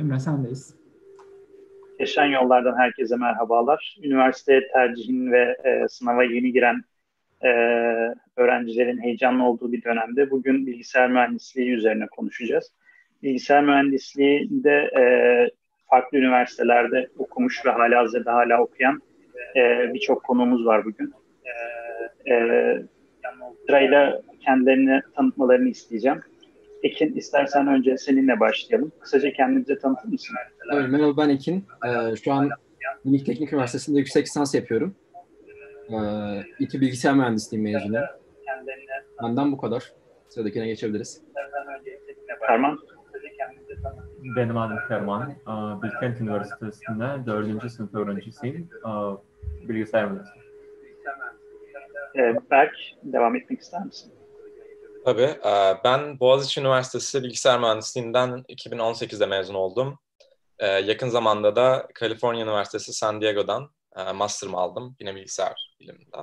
Emre sendeyiz. Yaşayan Yollardan herkese merhabalar. Üniversite tercihin ve sınava yeni giren e, öğrencilerin heyecanlı olduğu bir dönemde bugün bilgisayar mühendisliği üzerine konuşacağız. Bilgisayar mühendisliğinde farklı üniversitelerde okumuş ve hala okuyan birçok konuğumuz var bugün. Sırayla kendilerini tanıtmalarını isteyeceğim. Ekin, istersen önce seninle başlayalım. Kısaca kendimize tanıtır mısın? Evet, merhaba ben Ekin. Şu an Unique Teknik Üniversitesi'nde yüksek lisans yapıyorum. İTÜ Bilgisayar Mühendisliği mezunuyum. Benden bu kadar. Sıradakine geçebiliriz. Ferman. Benim adım Ferman. Bilkent Üniversitesi'nde 4. sınıf öğrencisiyim. Bilgisayar mühendisliği. Berk, devam etmek ister misin? Tabii. Ben Boğaziçi Üniversitesi Bilgisayar Mühendisliğinden 2018'de mezun oldum. Yakın zamanda da Kaliforniya Üniversitesi San Diego'dan master'ımı aldım. Yine bilgisayar biliminden.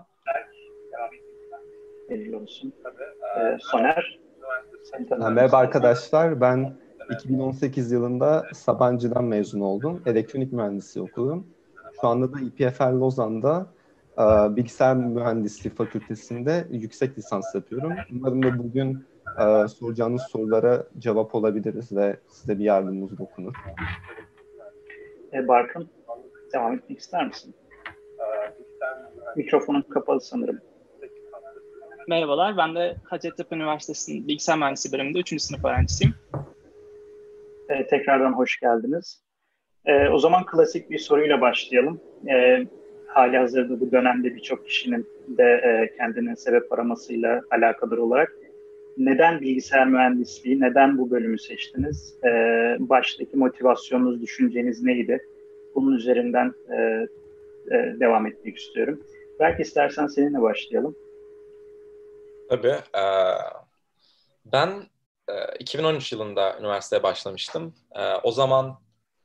Hayırlı olsun. Soner. Merhaba arkadaşlar. Ben 2018 yılında Sabancı'dan mezun oldum. Elektronik mühendisliği okudum. Şu anda da İPFL Lozan'da Bilgisayar Mühendisliği Fakültesi'nde yüksek lisans yapıyorum. Umarım da bugün soracağınız sorulara cevap olabiliriz ve size bir yardımımız dokunur. Barkın, devam etmek ister misin? Mikrofonun kapalı sanırım. Merhabalar, ben de Hacettepe Üniversitesi'nin Bilgisayar Mühendisliği bölümünde 3. sınıf öğrencisiyim. Tekrardan hoş geldiniz. O zaman klasik bir soruyla başlayalım. Halihazırda bu dönemde birçok kişinin de kendine sebep aramasıyla alakadar olarak neden bilgisayar mühendisliği, neden bu bölümü seçtiniz? Baştaki motivasyonunuz, düşünceniz neydi? Bunun üzerinden devam etmek istiyorum. Belki istersen seninle başlayalım. Tabii. Ben 2013 yılında üniversiteye başlamıştım. O zaman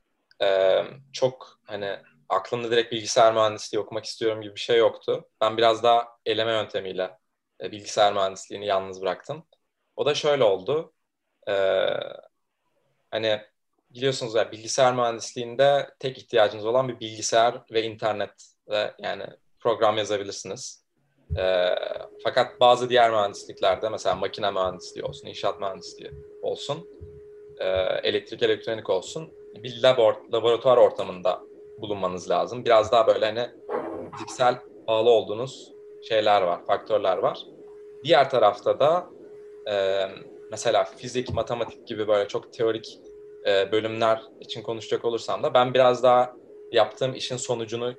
çok aklımda direkt bilgisayar mühendisliği okumak istiyorum gibi bir şey yoktu. Ben biraz daha eleme yöntemiyle bilgisayar mühendisliğini yalnız bıraktım. O da şöyle oldu. Biliyorsunuz ya bilgisayar mühendisliğinde tek ihtiyacınız olan bir bilgisayar ve internet ve yani program yazabilirsiniz. Fakat bazı diğer mühendisliklerde mesela makine mühendisliği olsun, inşaat mühendisliği olsun, elektrik, elektronik olsun bir laboratuvar ortamında bulunmanız lazım. Biraz daha böyle fiziksel bağlı olduğunuz şeyler var, faktörler var. Diğer tarafta da mesela fizik, matematik gibi böyle çok teorik bölümler için konuşacak olursam da ben biraz daha yaptığım işin sonucunu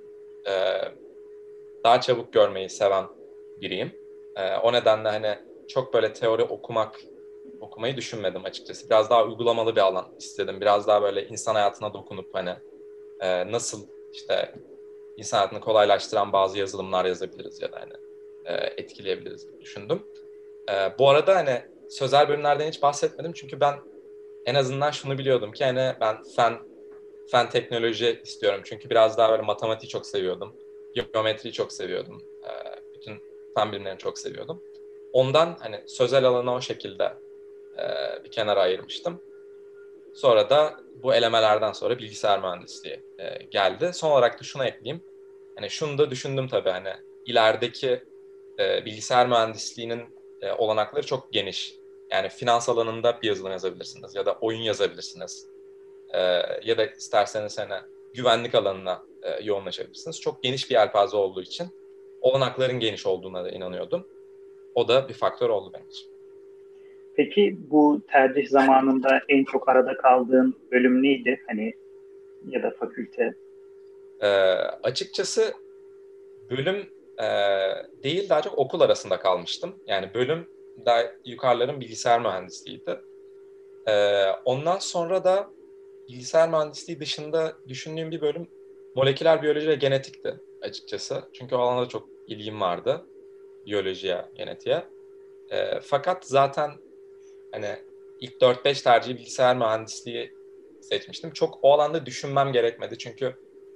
daha çabuk görmeyi seven biriyim. O nedenle çok böyle teori okumayı düşünmedim açıkçası. Biraz daha uygulamalı bir alan istedim. Biraz daha böyle insan hayatına dokunup nasıl işte insan hayatını kolaylaştıran bazı yazılımlar yazabiliriz ya da etkileyebiliriz diye düşündüm. Bu arada sözel bölümlerden hiç bahsetmedim çünkü ben en azından şunu biliyordum ki ben fen teknoloji istiyorum. Çünkü biraz daha böyle matematiği çok seviyordum. Geometriyi çok seviyordum. Bütün fen bilimlerini çok seviyordum. Ondan sözel alanı o şekilde bir kenara ayırmıştım. Sonra da bu elemelerden sonra bilgisayar mühendisliği geldi. Son olarak da şunu ekleyeyim. Şunu da düşündüm tabii ilerideki bilgisayar mühendisliğinin olanakları çok geniş. Yani finans alanında bir yazılım yazabilirsiniz ya da oyun yazabilirsiniz. Ya da isterseniz güvenlik alanına yoğunlaşabilirsiniz. Çok geniş bir yelpaze olduğu için olanakların geniş olduğuna da inanıyordum. O da bir faktör oldu benim için. Peki bu tercih zamanında en çok arada kaldığın bölüm neydi? Ya da fakülte? Açıkçası bölüm değil daha çok okul arasında kalmıştım. Yani bölüm daha yukarıların bilgisayar mühendisliğiydi. Ondan sonra da bilgisayar mühendisliği dışında düşündüğüm bir bölüm moleküler biyoloji ve genetikti açıkçası. Çünkü o alanda çok ilgim vardı. Biyolojiye, genetiğe. Fakat zaten ilk 4-5 tercihi bilgisayar mühendisliği seçmiştim. Çok o alanda düşünmem gerekmedi. Çünkü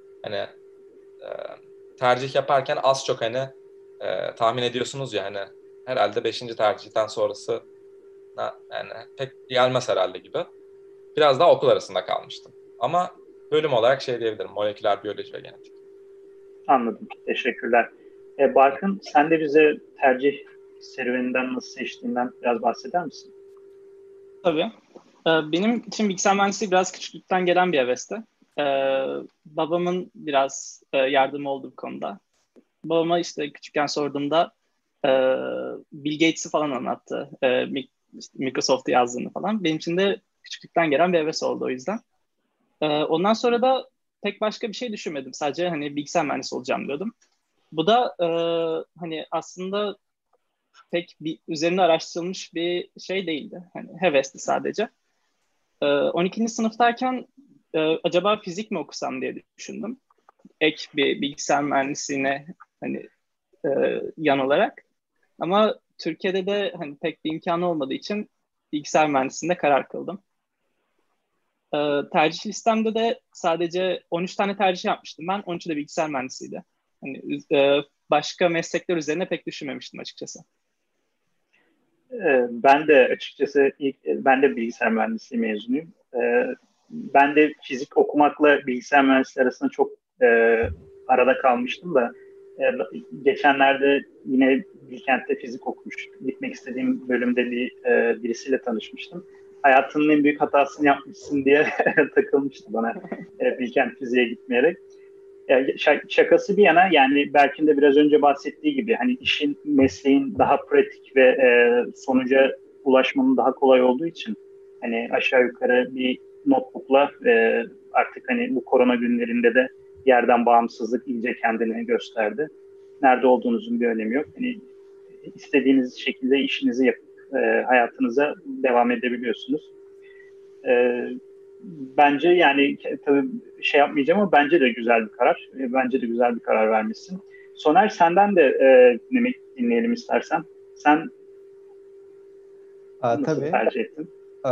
tercih yaparken az çok tahmin ediyorsunuz ya herhalde 5. tercihten sonrası pek gelmez herhalde gibi. Biraz daha okul arasında kalmıştım. Ama bölüm olarak şey diyebilirim, moleküler biyoloji ve genetik. Anladım. Teşekkürler. Barkın, sen de bize tercih serüveninden nasıl seçtiğinden biraz bahseder misin? Tabii. Benim için bilgisayar mühendisliği biraz küçüklükten gelen bir hevesti. Babamın biraz yardımı oldu bu konuda. Babama işte küçükken sorduğumda e, Bill Gates'i falan anlattı. Microsoft'u yazdığını falan. Benim için de küçüklükten gelen bir heves oldu o yüzden. Ondan sonra da pek başka bir şey düşünmedim. Sadece hani bilgisayar mühendisi olacağım diyordum. Bu da hani aslında pek bir üzerine araştırılmış bir şey değildi. Hani hevesti sadece. 12. sınıftayken acaba fizik mi okusam diye düşündüm. Ek bir bilgisayar mühendisliğine hani yan olarak. Ama Türkiye'de de hani pek bir imkanı olmadığı için bilgisayar mühendisliğinde karar kıldım. Tercih listemde de sadece 13 tane tercih yapmıştım ben. 13'ü de bilgisayar mühendisliğiydi. Hani başka meslekler üzerine pek düşünmemiştim açıkçası. Ben de açıkçası ben de bilgisayar mühendisliği mezunuyum. Ben de fizik okumakla bilgisayar mühendisliği arasında çok arada kalmıştım da geçenlerde yine Bilkent'te fizik okumuş. Gitmek istediğim bölümde birisiyle tanışmıştım. Hayatının en büyük hatasını yapmışsın diye takılmıştı bana Bilkent fiziğe gitmeyerek. Şakası bir yana yani Berk'in de biraz önce bahsettiği gibi hani işin, mesleğin daha pratik ve sonuca ulaşmanın daha kolay olduğu için hani aşağı yukarı bir notebook'la artık hani bu korona günlerinde de yerden bağımsızlık iyice kendini gösterdi. Nerede olduğunuzun bir önemi yok. Hani istediğiniz şekilde işinizi yapıp hayatınıza devam edebiliyorsunuz. Bence yani tabii şey yapmayacağım ama bence de güzel bir karar. Bence de güzel bir karar vermişsin. Soner, senden de dinleyelim istersen. Sen nasıl Tabii. tercih ettin?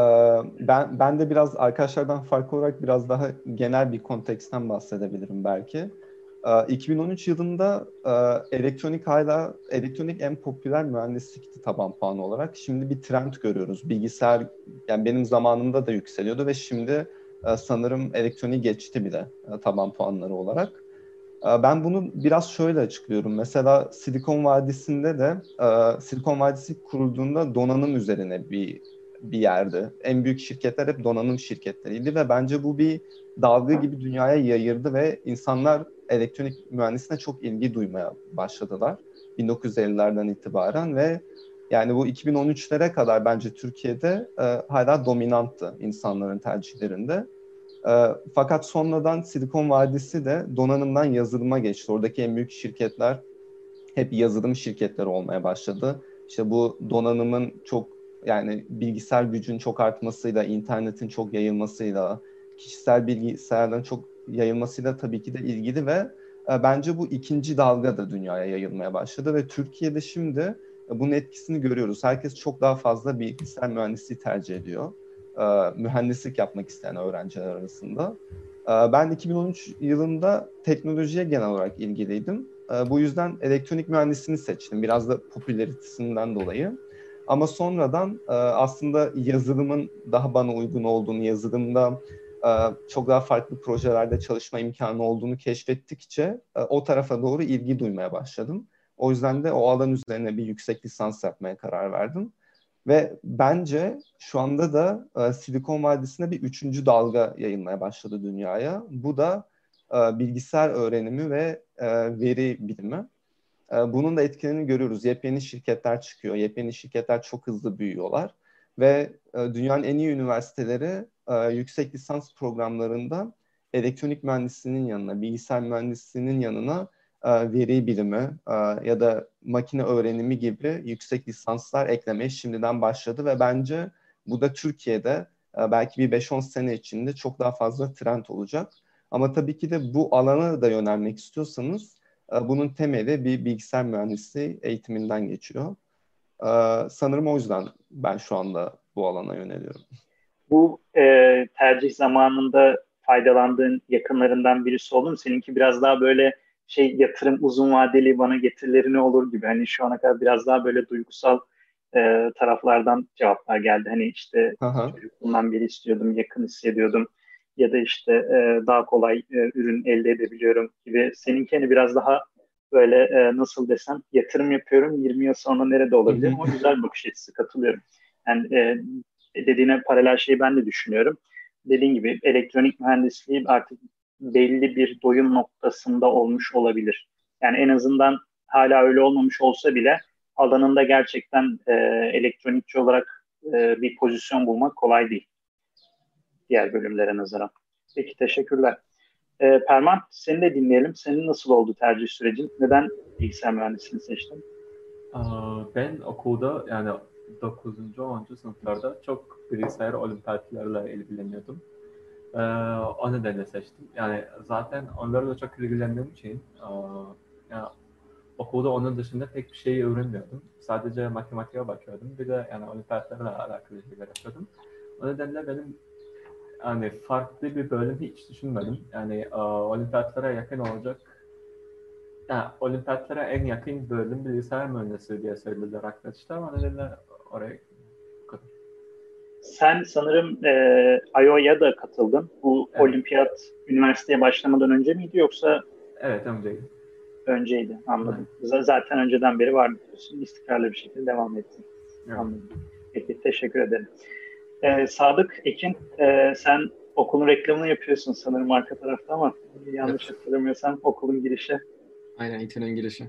Ben de biraz arkadaşlardan farklı olarak biraz daha genel bir konteksten bahsedebilirim belki. 2013 yılında elektronik en popüler mühendislikti taban puanı olarak. Şimdi bir trend görüyoruz. Bilgisayar yani benim zamanımda da yükseliyordu ve şimdi sanırım elektronik geçti bile taban puanları olarak. Ben bunu biraz şöyle açıklıyorum. Mesela Silikon Vadisi'nde de Silikon Vadisi kurulduğunda donanım üzerine bir yerdi. En büyük şirketler hep donanım şirketleriydi ve bence bu bir dalga gibi dünyaya yayıldı ve insanlar elektronik mühendisliğine çok ilgi duymaya başladılar 1950'lerden itibaren ve yani bu 2013'lere kadar bence Türkiye'de hala dominanttı insanların tercihlerinde. Fakat sonradan Silikon Vadisi de donanımdan yazılıma geçti. Oradaki en büyük şirketler hep yazılım şirketleri olmaya başladı. İşte bu donanımın çok yani bilgisayar gücün çok artmasıyla, internetin çok yayılmasıyla, kişisel bilgisayarların çok yayılmasıyla tabii ki de ilgili ve bence bu ikinci dalga da dünyaya yayılmaya başladı ve Türkiye'de şimdi bunun etkisini görüyoruz. Herkes çok daha fazla bilgisayar mühendisliği tercih ediyor. Mühendislik yapmak isteyen öğrenciler arasında. Ben 2013 yılında teknolojiye genel olarak ilgiliydim. Bu yüzden elektronik mühendisliğini seçtim. Biraz da popülaritesinden dolayı. Ama sonradan aslında yazılımın daha bana uygun olduğunu, yazılımda çok daha farklı projelerde çalışma imkanı olduğunu keşfettikçe o tarafa doğru ilgi duymaya başladım. O yüzden de o alan üzerine bir yüksek lisans yapmaya karar verdim. Ve bence şu anda da Silikon Vadisi'nde bir üçüncü dalga yayılmaya başladı dünyaya. Bu da bilgisayar öğrenimi ve veri bilimi. Bunun da etkilerini görüyoruz. Yepyeni şirketler çıkıyor. Yepyeni şirketler çok hızlı büyüyorlar. Ve dünyanın en iyi üniversiteleri yüksek lisans programlarında elektronik mühendisliğinin yanına, bilgisayar mühendisliğinin yanına veri bilimi ya da makine öğrenimi gibi yüksek lisanslar eklemeye şimdiden başladı ve bence bu da Türkiye'de belki bir 5-10 sene içinde çok daha fazla trend olacak. Ama tabii ki de bu alana da yönelmek istiyorsanız bunun temeli bir bilgisayar mühendisliği eğitiminden geçiyor. Sanırım o yüzden ben şu anda bu alana yöneliyorum. Bu tercih zamanında faydalandığın yakınlarından birisi oldu mu? Seninki biraz daha böyle yatırım uzun vadeli bana getirileri ne olur gibi. Hani şu ana kadar biraz daha böyle duygusal taraflardan cevaplar geldi. Hani işte Aha. çocukluğumdan beri istiyordum, yakın hissediyordum. ya da işte daha kolay ürün elde edebiliyorum gibi. Seninki hani biraz daha böyle nasıl desem yatırım yapıyorum 20 yıl sonra nerede olabilirim? O güzel bir bakış açısı, katılıyorum. Yani dediğine paralel şeyi ben de düşünüyorum. Dediğin gibi elektronik mühendisliği artık belli bir doyum noktasında olmuş olabilir. Yani en azından hala öyle olmamış olsa bile alanında gerçekten elektronikçi olarak bir pozisyon bulmak kolay değil diğer bölümlere nazaran. Peki, teşekkürler. Perman, seni de dinleyelim. Senin nasıl oldu tercih sürecin? Neden bilgisayar mühendisliğini seçtin? Ben okulda yani 9. 10. sınıflarda çok bilgisayar olimpiyatlarıyla ilgileniyordum. O nedenle seçtim. Yani zaten onlarla çok ilgilendiğim için yani okulda onun dışında pek bir şey öğrenmiyordum. Sadece matematiğe bakıyordum. Bir de yani olimpiyatlarla alakalı şeyler yapıyordum. O nedenle benim yani farklı bir bölüm hiç düşünmedim. Yani olimpiyatlara yakın olacak. Yani olimpiyatlara en yakın bölüm bilgisayar mühendisliği diye söylediler arkadaşlar. O nedenle oraya bu kadar. Sen sanırım IO'ya da katıldın. Bu Evet. olimpiyat üniversiteye başlamadan önce miydi yoksa? Evet, önceydi. Önceydi, anladım. Zaten önceden beri vardı diyorsun. İstikrarlı bir şekilde devam ettin. Evet. Anladım. Peki, teşekkür ederim. Sadık, Ekin, sen okulun reklamını yapıyorsun sanırım arka tarafta ama yanlış hatırlamıyorsam okulun girişi. Aynen, İTÜ'nün girişi.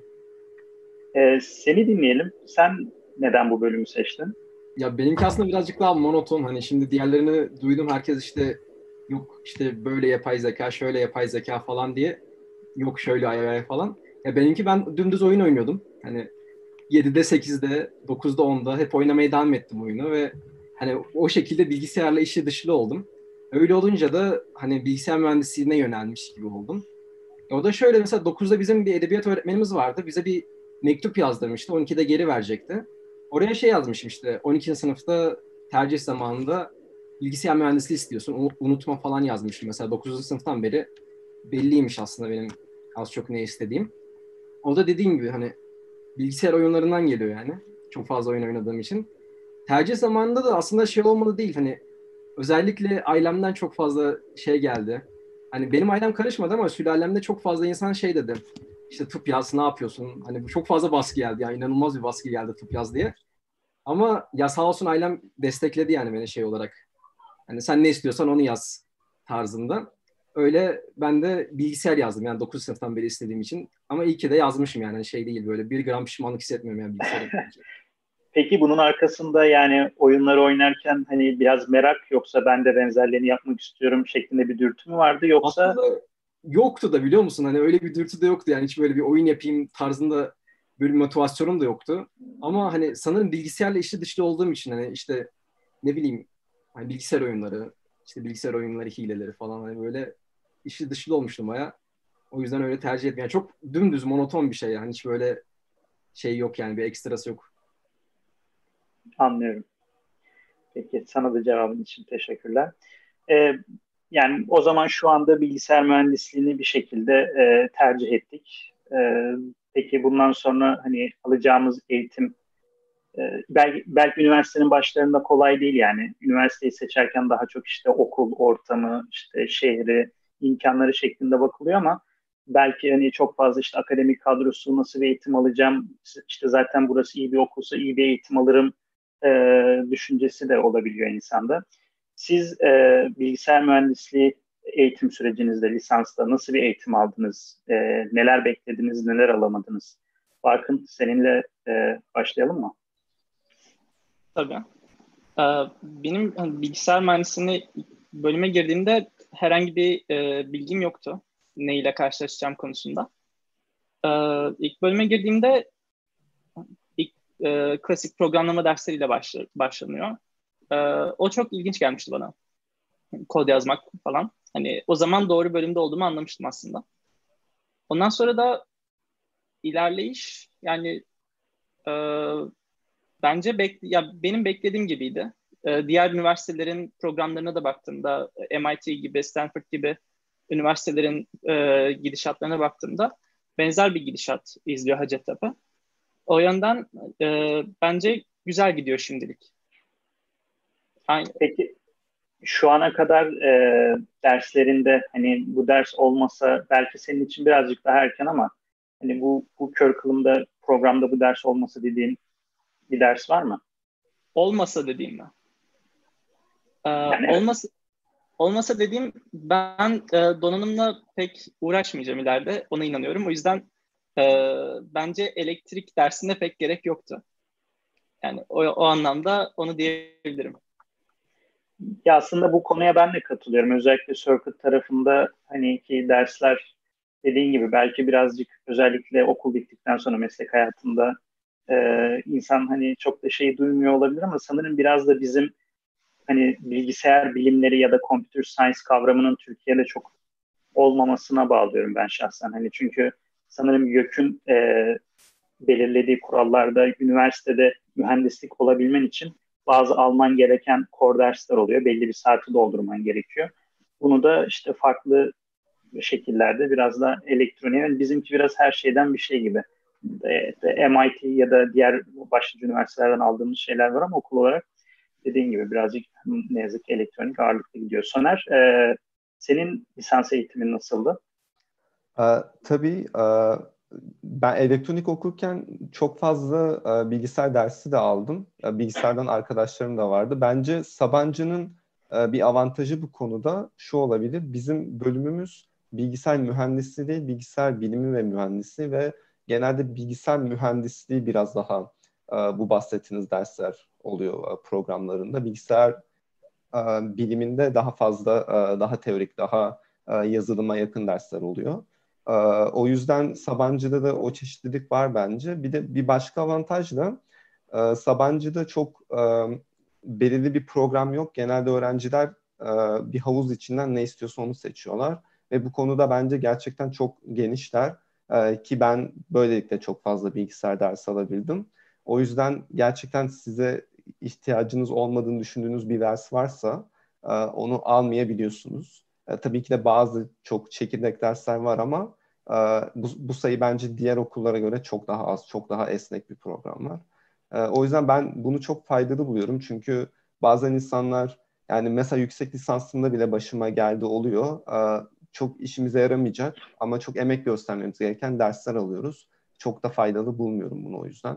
Seni dinleyelim. Sen neden bu bölümü seçtin? Ya benimki aslında birazcık daha monoton. Hani şimdi diğerlerini duydum. Herkes işte yok işte böyle yapay zeka, şöyle yapay zeka falan diye. Yok şöyle AI falan. Ya benimki, ben dümdüz oyun oynuyordum. Hani 7'de 8'de 9'da 10'da hep oynamaya devam ettim oyunu ve hani o şekilde bilgisayarla işi dışlı oldum. Öyle olunca da hani bilgisayar mühendisliğine yönelmiş gibi oldum. O da şöyle, mesela 9'da bizim bir edebiyat öğretmenimiz vardı. Bize bir mektup yazdırmıştı. 12'de geri verecekti. Oraya şey yazmışım işte, 12. sınıfta tercih zamanında bilgisayar mühendisliği istiyorsun. Unutma falan yazmışım. Mesela 9. sınıftan beri belliymiş aslında benim az çok ne istediğim. O da dediğim gibi hani bilgisayar oyunlarından geliyor yani. Çok fazla oyun oynadığım için. Tercih zamanında da aslında şey olmalı değil. Hani özellikle ailemden çok fazla şey geldi. Hani benim ailem karışmadı ama sülalemde çok fazla insan şey dedi. İşte tıp yaz, ne yapıyorsun? Hani bu çok fazla baskı geldi. Yani inanılmaz bir baskı geldi tıp yaz diye. Ama ya sağ olsun ailem destekledi yani beni şey olarak. Hani sen ne istiyorsan onu yaz tarzında. Öyle ben de bilgisayar yazdım yani 9 sınıftan beri istediğim için. Ama iyi ki de yazmışım yani. Hani şey değil, böyle bir gram pişmanlık hissetmiyorum yani bilgisayar. Peki bunun arkasında yani oyunları oynarken hani biraz merak, yoksa ben de benzerlerini yapmak istiyorum şeklinde bir dürtü mü vardı, yoksa? Aslında yoktu da, biliyor musun? Hani öyle bir dürtü de yoktu yani, hiç böyle bir oyun yapayım tarzında böyle bir motivasyonum da yoktu. Ama hani sanırım bilgisayarla işi dışlı olduğum için hani işte ne bileyim, hani bilgisayar oyunları, işte bilgisayar oyunları hileleri falan, hani böyle işi dışlı olmuştum baya. O yüzden öyle tercih ettim. Yani çok dümdüz monoton bir şey yani, hiç böyle şey yok yani, bir ekstrası yok. Anlıyorum. Peki, sana da cevabın için teşekkürler. Ee, Yani o zaman şu anda bilgisayar mühendisliğini bir şekilde tercih ettik. Peki bundan sonra hani alacağımız eğitim, belki üniversitenin başlarında kolay değil yani. Üniversiteyi seçerken daha çok işte okul ortamı, işte şehri, imkanları şeklinde bakılıyor ama belki hani çok fazla işte akademik kadrosu, nasıl bir eğitim alacağım, işte zaten burası iyi bir okulsa iyi bir eğitim alırım düşüncesi de olabiliyor insanda. Siz bilgisayar mühendisliği eğitim sürecinizde, lisansta nasıl bir eğitim aldınız? Neler beklediniz, neler alamadınız? Barkın, seninle başlayalım mı? Tabii. Benim hani, bilgisayar mühendisliğine bölüme girdiğimde herhangi bir bilgim yoktu. Ne ile karşılaşacağım konusunda. İlk bölüme girdiğimde ilk klasik programlama dersleriyle başlanıyor. O çok ilginç gelmişti bana. Kod yazmak falan. Hani o zaman doğru bölümde olduğumu anlamıştım aslında. Ondan sonra da ilerleyiş yani e, bence benim beklediğim gibiydi. Diğer üniversitelerin programlarına da baktığımda MIT gibi, Stanford gibi üniversitelerin gidişatlarına baktığımda benzer bir gidişat izliyor Hacettepe. O yönden bence güzel gidiyor şimdilik. Aynı. Peki, şu ana kadar derslerinde hani bu ders olmasa belki senin için birazcık daha erken ama hani bu curriculum'da programda bu ders olmasa dediğin bir ders var mı? Olmasa dediğim mi? Yani evet. Olmasa dediğim, ben donanımla pek uğraşmayacağım ileride. Ona inanıyorum. O yüzden bence elektrik dersinde pek gerek yoktu. Yani o anlamda onu diyebilirim. Ya aslında bu konuya ben de katılıyorum. Özellikle circuit tarafında hani ki dersler dediğin gibi belki birazcık özellikle okul bittikten sonra meslek hayatında insan hani çok da şey duymuyor olabilir ama sanırım biraz da bizim hani bilgisayar bilimleri ya da computer science kavramının Türkiye'de çok olmamasına bağlıyorum ben şahsen. Hani çünkü sanırım YÖK'ün belirlediği kurallarda üniversitede mühendislik olabilmen için bazı alman gereken core dersler oluyor. Belli bir saati doldurman gerekiyor. Bunu da işte farklı şekillerde biraz da elektroniğe, yani bizimki biraz her şeyden bir şey gibi. MIT ya da diğer başlıca üniversitelerden aldığımız şeyler var ama okul olarak dediğin gibi birazcık ne yazık ki elektronik ağırlıklı gidiyor. Soner, senin lisans eğitimin nasıldı? Tabii ben elektronik okurken çok fazla bilgisayar dersi de aldım. Bilgisayardan arkadaşlarım da vardı. Bence Sabancı'nın bir avantajı bu konuda şu olabilir. Bizim bölümümüz bilgisayar mühendisliği değil, bilgisayar bilimi ve mühendisliği ve genelde bilgisayar mühendisliği biraz daha bu bahsettiğiniz dersler oluyor programlarında. Bilgisayar biliminde daha fazla, daha teorik, daha yazılıma yakın dersler oluyor. O yüzden Sabancı'da da o çeşitlilik var bence. Bir de bir başka avantaj da Sabancı'da çok belirli bir program yok. Genelde öğrenciler bir havuz içinden ne istiyorsa onu seçiyorlar. Ve bu konuda bence gerçekten çok genişler. Ki ben böylelikle çok fazla bilgisayar dersi alabildim. O yüzden gerçekten size ihtiyacınız olmadığını düşündüğünüz bir ders varsa onu almayabiliyorsunuz. Tabii ki de bazı çok çekirdek dersler var ama bu sayı bence diğer okullara göre çok daha az, çok daha esnek bir program var. O yüzden ben bunu çok faydalı buluyorum. Çünkü bazen insanlar yani mesela yüksek lisansımda bile başıma geldi oluyor. Çok işimize yaramayacak ama çok emek göstermemiz gereken dersler alıyoruz. Çok da faydalı bulmuyorum bunu o yüzden.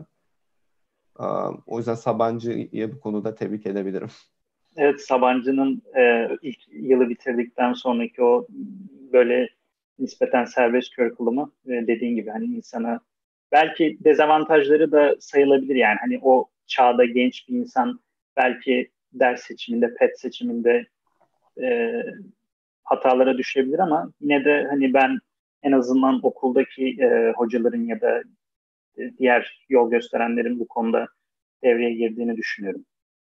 O yüzden Sabancı'yı bu konuda tebrik edebilirim. Evet, Sabancı'nın ilk yılı bitirdikten sonraki o böyle nispeten serbest curriculum'u dediğin gibi hani insana belki dezavantajları da sayılabilir yani hani o çağda genç bir insan belki ders seçiminde, pet seçiminde e, hatalara düşebilir ama yine de hani ben en azından okuldaki hocaların ya da diğer yol gösterenlerin bu konuda devreye girdiğini düşünüyorum.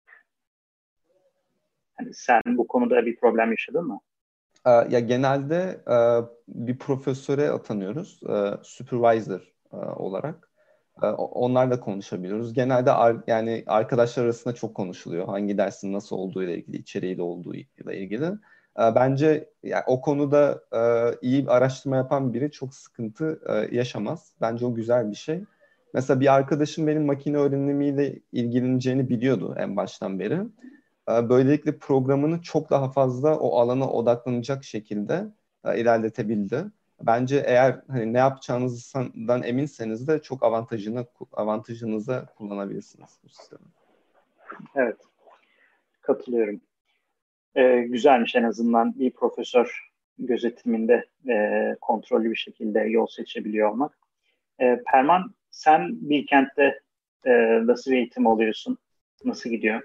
Hani sen bu konuda bir problem yaşadın mı? Ya genelde bir profesöre atanıyoruz, supervisor olarak. Onlarla konuşabiliyoruz. Genelde yani arkadaşlar arasında çok konuşuluyor. Hangi dersin nasıl olduğu ile ilgili, içeriğiyle olduğu ile ilgili. Bence yani o konuda iyi bir araştırma yapan biri çok sıkıntı yaşamaz. Bence o güzel bir şey. Mesela bir arkadaşım benim makine öğrenimiyle ilgileneceğini biliyordu en baştan beri. Böylelikle programını çok daha fazla o alana odaklanacak şekilde ilerletebildi. Bence eğer hani ne yapacağınızdan eminseniz de çok avantajınıza kullanabilirsiniz bu sistemi. Evet, katılıyorum. Güzelmiş en azından bir profesör gözetiminde kontrollü bir şekilde yol seçebiliyor olmak. Perman, sen Bilkent'te nasıl bir eğitim alıyorsun? Nasıl gidiyor?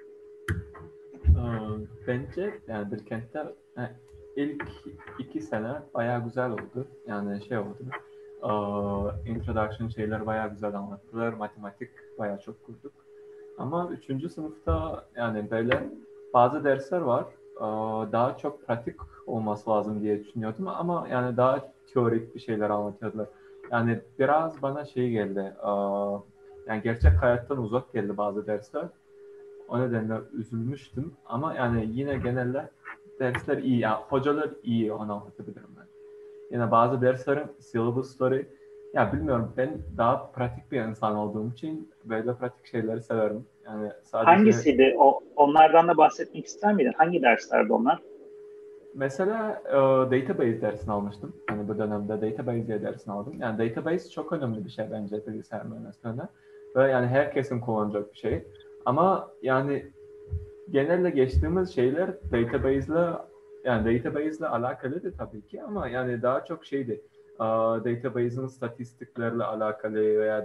Bence yani Bilkent'te ilk 2 sene bayağı güzel oldu. Yani şey oldu. Introduction şeyler bayağı güzel anlattılar. Matematik bayağı çok kurduk. Ama 3. sınıfta yani böyle bazı dersler var. Daha çok pratik olması lazım diye düşünüyordum ama yani daha teorik bir şeyler anlatıyorlar. Yani biraz bana şey geldi. Yani gerçek hayattan uzak geldi bazı dersler. O nedenle üzülmüştüm ama yani yine genelde dersler iyi. Yani hocalar iyi, onu anlatabilirim ben. Yine bazı derslerin syllabusları Ya bilmiyorum, ben daha pratik bir insan olduğum için böyle pratik şeyleri severim. Yani sadece Hangisiydi? Onlardan da bahsetmek ister miydin? Hangi derslerdi onlar? mesela database dersini almıştım. Hani bu dönemde database diye dersini aldım. Yani database çok önemli bir şey bence bilgisayar mühendisliğinde. Ve yani herkesin kullanacak bir şey. Ama yani genelde geçtiğimiz şeyler database'le alakalıydı tabii ki, ama yani daha çok şeydi. Database'in statistiklerle alakalı veya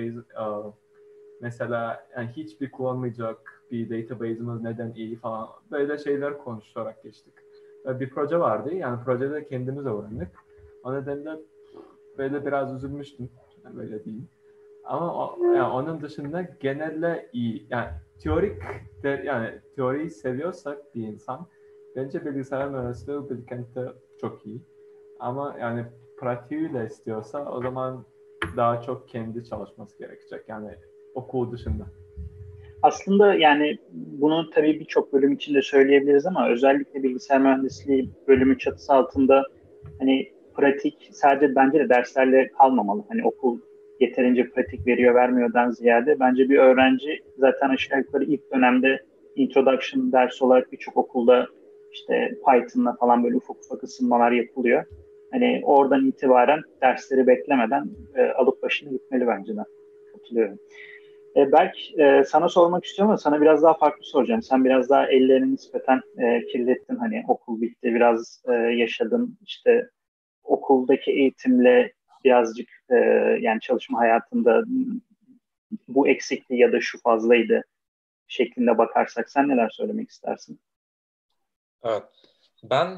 mesela yani hiçbir kullanmayacak bir database'imiz neden iyi falan, böyle şeyler konuşarak geçtik. Bir proje vardı. Yani projede kendimiz öğrendik. O nedenle böyle biraz üzülmüştüm. Yani böyle diyeyim. Ama yani onun dışında genelde iyi. Yani yani teoriyi seviyorsak bir insan, bence bilgisayar mühendisliği Bilkent'te çok iyi. Ama yani pratiğiyle istiyorsa o zaman daha çok kendi çalışması gerekecek. Yani okul dışında. Aslında yani bunu tabii birçok bölüm içinde söyleyebiliriz ama özellikle bilgisayar mühendisliği bölümü çatısı altında hani pratik sadece bence de derslerle kalmamalı. Hani okul yeterince pratik veriyor vermiyordan ziyade bence bir öğrenci zaten aşağı yukarı ilk dönemde introduction dersi olarak birçok okulda işte Python'la falan böyle ufak ufak ısınmalar yapılıyor. Hani oradan itibaren dersleri beklemeden alıp başını gitmeli bence de. Katılıyorum. Berk, sana sormak istiyorum ama sana biraz daha farklı soracağım. Sen biraz daha ellerini nispeten kirlettin. Hani okul bitti, biraz yaşadın. İşte okuldaki eğitimle birazcık yani çalışma hayatında bu eksikti ya da şu fazlaydı şeklinde bakarsak sen neler söylemek istersin? Evet. Ben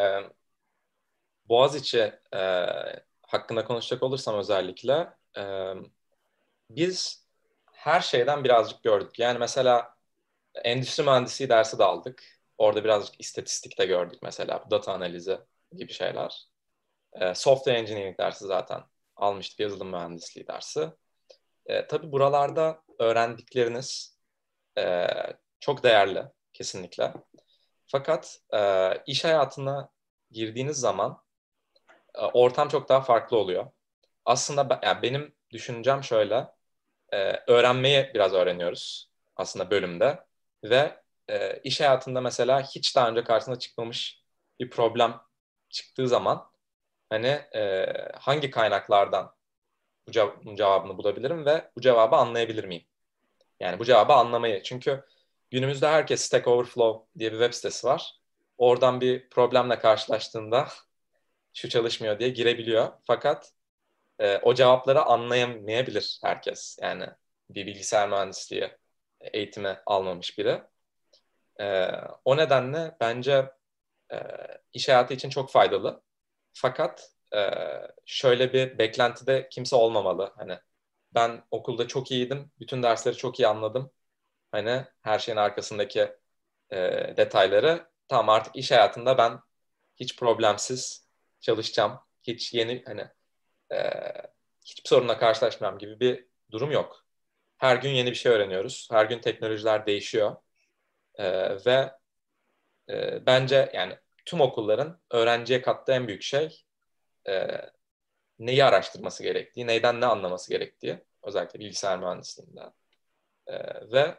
Boğaziçi hakkında konuşacak olursam özellikle biz her şeyden birazcık gördük. Yani mesela endüstri mühendisliği dersi de aldık. Orada birazcık istatistik de gördük mesela. Data analizi gibi şeyler. Software engineering dersi zaten almıştık. Yazılım mühendisliği dersi. Tabii buralarda öğrendikleriniz e, çok değerli kesinlikle. Fakat iş hayatına girdiğiniz zaman ortam çok daha farklı oluyor. Aslında yani benim düşüncem şöyle, öğrenmeyi biraz öğreniyoruz aslında bölümde ve iş hayatında mesela hiç daha önce karşısına çıkmamış bir problem çıktığı zaman hani hangi kaynaklardan bunun cevabını bulabilirim ve bu cevabı anlayabilir miyim? Yani bu cevabı anlamayı. Çünkü günümüzde herkes Stack Overflow diye bir web sitesi var. Oradan bir problemle karşılaştığında şu çalışmıyor diye girebiliyor. Fakat o cevapları anlayamayabilir herkes. Yani bir bilgisayar mühendisliği eğitimi almamış biri. O nedenle bence e, iş hayatı için çok faydalı. Fakat şöyle bir beklentide kimse olmamalı. Hani ben okulda çok iyiydim, bütün dersleri çok iyi anladım. Hani her şeyin arkasındaki e, detayları. Tamam, artık iş hayatında ben hiç problemsiz çalışacağım. Hiç yeni e, hiçbir sorunla karşılaşmam gibi bir durum yok. Her gün yeni bir şey öğreniyoruz. Her gün teknolojiler değişiyor. Ve bence yani tüm okulların öğrenciye kattığı en büyük şey e, neyi araştırması gerektiği, neyden ne anlaması gerektiği. Özellikle bilgisayar mühendisliğinde. Ve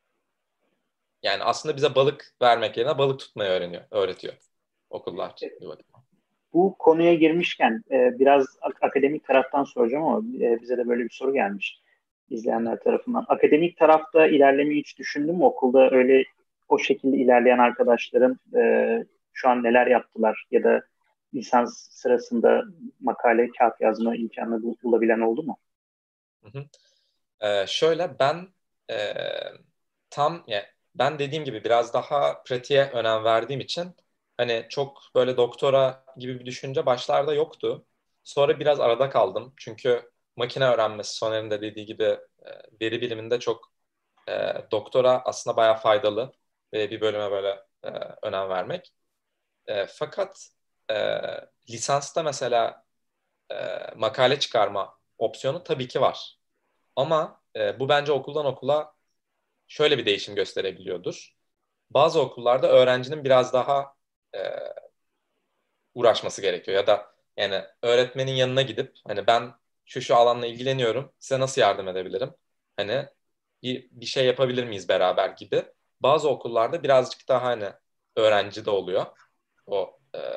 yani aslında bize balık vermek yerine balık tutmayı öğretiyor okullar. Bu konuya girmişken biraz akademik taraftan soracağım ama bize de böyle bir soru gelmiş izleyenler tarafından. Akademik tarafta ilerlemeyi hiç düşündün mü? Okulda öyle o şekilde ilerleyen arkadaşların şu an neler yaptılar ya da lisans sırasında makale, kağıt yazma imkanı bulabilen oldu mu? Hı hı. Şöyle ben e, yani ben dediğim gibi biraz daha pratiğe önem verdiğim için hani çok böyle doktora gibi bir düşünce başlarda yoktu. Sonra biraz arada kaldım. Çünkü makine öğrenmesi Soner'in de dediği gibi veri biliminde çok doktora aslında bayağı faydalı ve bir bölüme böyle önem vermek. Fakat lisansta mesela makale çıkarma opsiyonu tabii ki var. Ama bu bence okuldan okula şöyle bir değişim gösterebiliyordur. Bazı okullarda öğrencinin biraz daha e, uğraşması gerekiyor ya da yani öğretmenin yanına gidip hani ben şu alanla ilgileniyorum. Size nasıl yardım edebilirim? Hani bir şey yapabilir miyiz beraber gibi. Bazı okullarda birazcık daha hani öğrenci de oluyor. O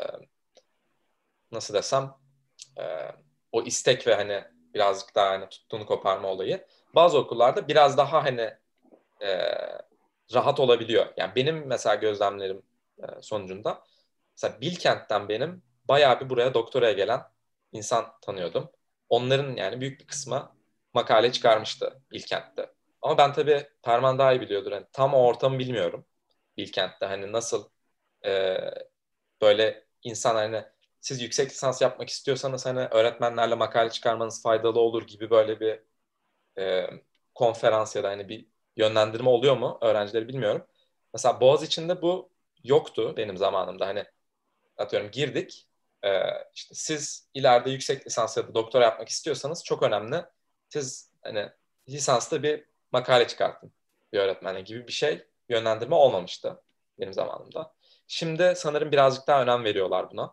nasıl desem e, o istek ve hani birazcık daha hani tuttuğunu koparma olayı. Bazı okullarda biraz daha hani e, rahat olabiliyor. Yani benim mesela gözlemlerim sonucunda mesela Bilkent'ten benim bayağı bir buraya doktoraya gelen insan tanıyordum. Onların yani büyük bir kısmı makale çıkarmıştı Bilkent'te. Ama ben tabii Perman daha iyi biliyordur. Hani tam o ortamı bilmiyorum Bilkent'te. Hani nasıl e, böyle insan hani siz yüksek lisans yapmak istiyorsanız hani öğretmenlerle makale çıkarmanız faydalı olur gibi böyle bir e, konferans ya da hani bir yönlendirme oluyor mu öğrencileri bilmiyorum. Mesela Boğaziçi'nde bu yoktu benim zamanımda. Hani atıyorum girdik. İşte siz ileride yüksek lisans ya da doktora yapmak istiyorsanız çok önemli. Siz hani lisansta bir makale çıkartın bir öğretmenle gibi bir şey yönlendirme olmamıştı benim zamanımda. Şimdi sanırım birazcık daha önem veriyorlar buna.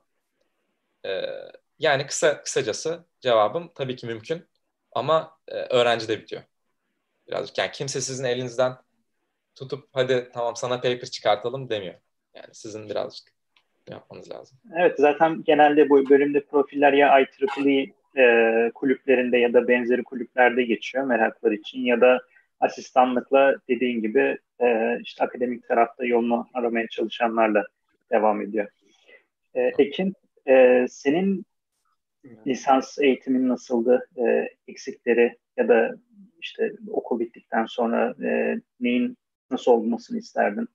Ee, Yani kısacası cevabım tabii ki mümkün ama öğrenci de bitiyor. Birazcık yani kimse sizin elinizden tutup hadi tamam sana paper çıkartalım demiyor. Yani sizin birazcık yapmanız lazım. Evet, zaten genelde bu bölümde profiller ya IEEE kulüplerinde ya da benzeri kulüplerde geçiyor merakları için ya da asistanlıkla dediğin gibi işte akademik tarafta yolunu aramaya çalışanlarla devam ediyor. Ekin, senin lisans eğitimin nasıldı? Eksikleri ya da işte okul bittikten sonra neyin nasıl olmasını isterdin?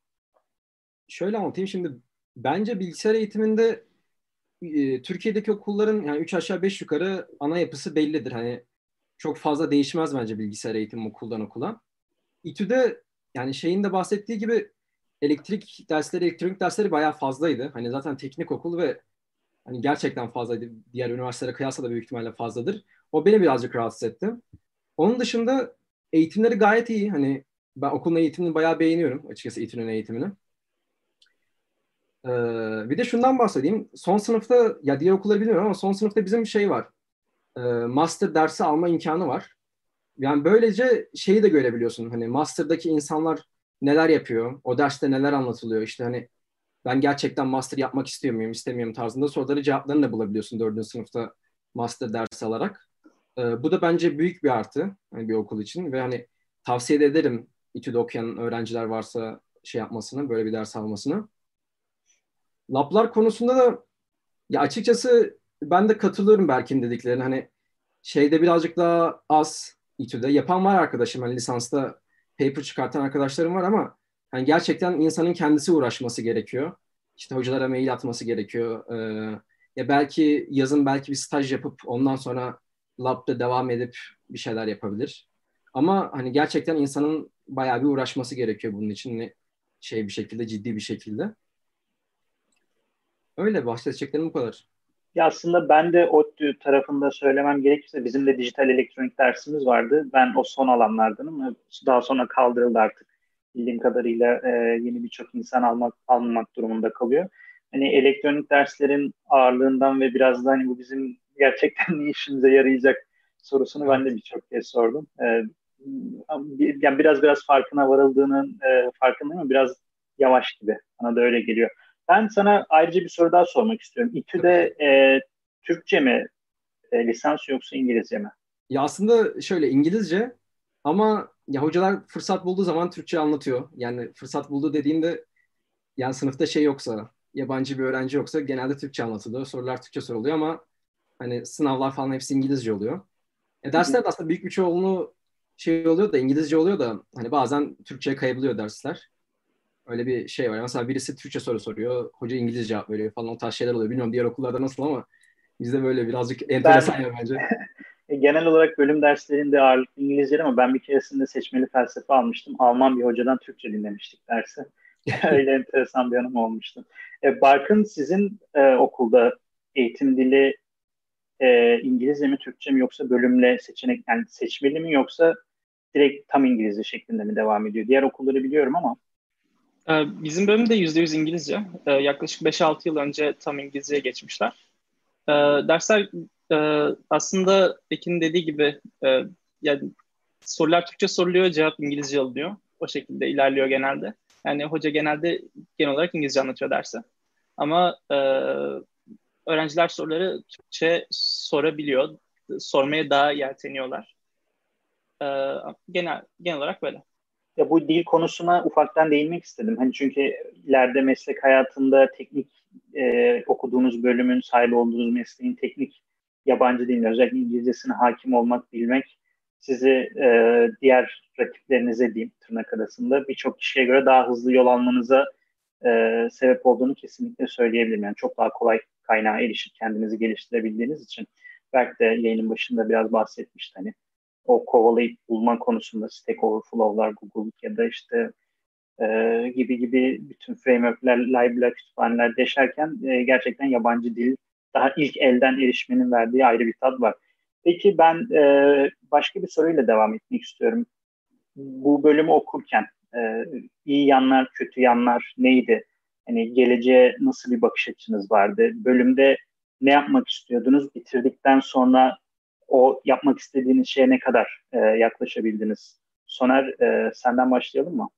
Şöyle anlatayım şimdi. Bence bilgisayar eğitiminde Türkiye'deki okulların yani 3 aşağı 5 yukarı ana yapısı bellidir. Hani çok fazla değişmez bence bilgisayar eğitimi okuldan okula. İTÜ'de yani şeyin de bahsettiği gibi elektrik dersleri, elektronik dersleri bayağı fazlaydı. Hani zaten teknik okul ve hani gerçekten fazlaydı. Diğer üniversitelere kıyasla da büyük ihtimalle fazladır. O beni birazcık rahatsız etti. Onun dışında eğitimleri gayet iyi. Hani ben okulun eğitimini bayağı beğeniyorum açıkçası İTÜ'nün eğitimini. Bir de şundan bahsedeyim. Son sınıfta ya diğer okulları bilmiyorum ama son sınıfta bizim bir şey var. Master dersi alma imkanı var. Yani böylece şeyi de görebiliyorsun. Hani master'daki insanlar neler yapıyor, o derste neler anlatılıyor. İşte hani ben gerçekten master yapmak istiyor muyum, istemiyorum tarzında soruları cevaplarını da bulabiliyorsun 4. sınıfta master dersi alarak. Bu da bence büyük bir artı hani bir okul için ve hani tavsiye de ederim İTÜ'de okuyan öğrenciler varsa şey yapmasını, böyle bir ders almasını. Lablar konusunda da ya açıkçası ben de katılıyorum Berk'in dediklerine. Hani şeyde birazcık daha az İTÜ'de. Yapan var arkadaşım. Hani lisansta paper çıkartan arkadaşlarım var ama hani gerçekten insanın kendisi uğraşması gerekiyor. İşte hocalara mail atması gerekiyor. Ya belki yazın belki bir staj yapıp ondan sonra lab'da devam edip bir şeyler yapabilir. Ama hani gerçekten insanın bayağı bir uğraşması gerekiyor bunun için. Hani şey bir şekilde, ciddi bir şekilde. Öyle bahsedeceklerim bu kadar. Ya aslında ben de ODTÜ tarafında söylemem gerekirse bizim de dijital elektronik dersimiz vardı. Ben o son alanlardanım ama daha sonra kaldırıldı artık. Bildiğim kadarıyla yeni birçok insan almamak durumunda kalıyor. Hani elektronik derslerin ağırlığından ve biraz da hani bu bizim gerçekten ne işimize yarayacak sorusunu ben de birçok kez sordum. Yani biraz farkına varıldığının farkındayım ama biraz yavaş gibi. Bana da öyle geliyor. Ben sana ayrıca bir soru daha sormak istiyorum. İTÜ'de Türkçe mi lisans yoksa İngilizce mi? Ya aslında şöyle İngilizce ama ya hocalar fırsat bulduğu zaman Türkçe anlatıyor. Yani fırsat buldu dediğinde yani sınıfta şey yoksa, yabancı bir öğrenci yoksa genelde Türkçe anlatılıyor. Sorular Türkçe soruluyor ama hani sınavlar falan hepsi İngilizce oluyor. Hı hı. Dersler de aslında büyük bir çoğunluğu şey oluyor da İngilizce oluyor da hani bazen Türkçe'ye kayabiliyor dersler. Öyle bir şey var. Mesela birisi Türkçe soru soruyor, hoca İngilizce cevap veriyor falan o tarz şeyler oluyor. Bilmiyorum diğer okullarda nasıl ama bizde böyle birazcık Ben enteresan ya bence. genel olarak bölüm derslerinde ağırlıklı İngilizce ama ben bir keresinde seçmeli felsefe almıştım. Alman bir hocadan Türkçe dinlemiştik dersi. Öyle enteresan bir anım olmuştu. Barkın sizin okulda eğitim dili İngilizce mi Türkçe mi yoksa bölümle seçenek yani seçmeli mi yoksa direkt tam İngilizce şeklinde mi devam ediyor? Diğer okulları biliyorum ama. Bizim bölüm de %100 İngilizce. Yaklaşık 5-6 yıl önce tam İngilizceye geçmişler. Dersler Aslında Ekin dediği gibi yani sorular Türkçe soruluyor, cevap İngilizce alınıyor. O şekilde ilerliyor genelde. Yani hoca genel olarak İngilizce anlatıyor dersi. Ama öğrenciler soruları Türkçe sorabiliyor. Sormaya daha yelteniyorlar. Genel olarak böyle. Ya bu dil konusuna ufaktan değinmek istedim. Hani çünkü ileride meslek hayatında teknik okuduğunuz bölümün, sahip olduğunuz mesleğin teknik yabancı dilin, özellikle İngilizcesine hakim olmak, bilmek sizi diğer rakiplerinize diyeyim tırnak arasında birçok kişiye göre daha hızlı yol almanıza sebep olduğunu kesinlikle söyleyebilirim. Yani çok daha kolay kaynağa erişip kendinizi geliştirebildiğiniz için. Belki de yayının başında biraz bahsetmişti hani o kovalayıp bulma konusunda Stack Overflow'lar, Google ya da işte gibi bütün framework'ler, library'ler, kütüphaneler deşerken gerçekten yabancı dil daha ilk elden erişmenin verdiği ayrı bir tat var. Peki ben başka bir soruyla devam etmek istiyorum. Bu bölümü okurken iyi yanlar, kötü yanlar neydi? Hani geleceğe nasıl bir bakış açınız vardı? Bölümde ne yapmak istiyordunuz? Bitirdikten sonra o yapmak istediğiniz şeye ne kadar yaklaşabildiniz? Soner, senden başlayalım mı?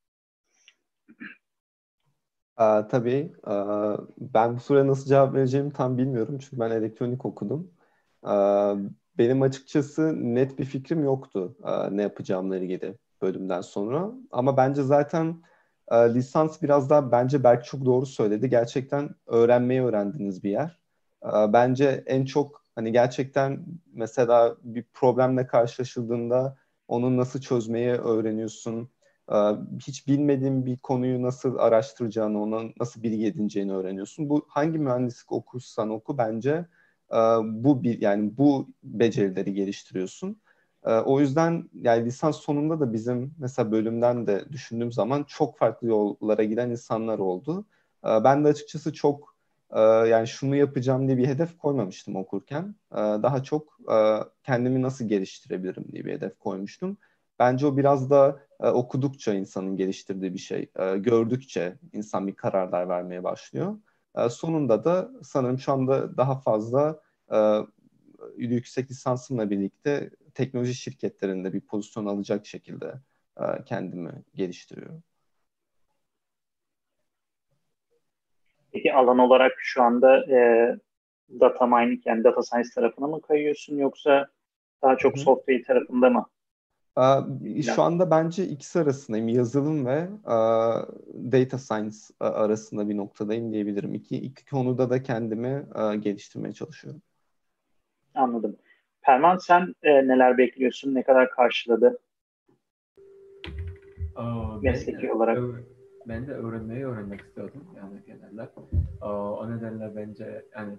Tabii. Ben bu soruya nasıl cevap vereceğimi tam bilmiyorum. Çünkü ben elektronik okudum. Aa, Benim açıkçası net bir fikrim yoktu ne yapacağımla ilgili bölümden sonra. Ama bence zaten lisans biraz daha bence Berk çok doğru söyledi. Gerçekten öğrenmeyi öğrendiğiniz bir yer. Bence en çok hani gerçekten mesela bir problemle karşılaşıldığında onu nasıl çözmeyi öğreniyorsun. Hiç bilmediğin bir konuyu nasıl araştıracağını, ona nasıl bilgi edineceğini öğreniyorsun. Bu hangi mühendislik okursan oku bence yani bu becerileri geliştiriyorsun. O yüzden yani lisans sonunda da bizim mesela bölümden de düşündüğüm zaman çok farklı yollara giden insanlar oldu. Ben de açıkçası çok yani şunu yapacağım diye bir hedef koymamıştım okurken. Daha çok kendimi nasıl geliştirebilirim diye bir hedef koymuştum. Bence o biraz da okudukça insanın geliştirdiği bir şey. Gördükçe insan bir kararlar vermeye başlıyor. Sonunda da sanırım şu anda daha fazla yüksek lisansımla birlikte teknoloji şirketlerinde bir pozisyon alacak şekilde kendimi geliştiriyorum. Peki alan olarak şu anda data mining yani data science tarafına mı kayıyorsun yoksa daha çok Hı hı. software tarafında mı? Şu anda bence ikisi arasındayım. Yazılım ve data science arasında bir noktadayım diyebilirim. İki konuda da kendimi geliştirmeye çalışıyorum. Anladım. Perman sen neler bekliyorsun? Ne kadar karşıladı mesleki olarak? Ben de öğrenmek istiyordum yani genelde. O nedenle bence yani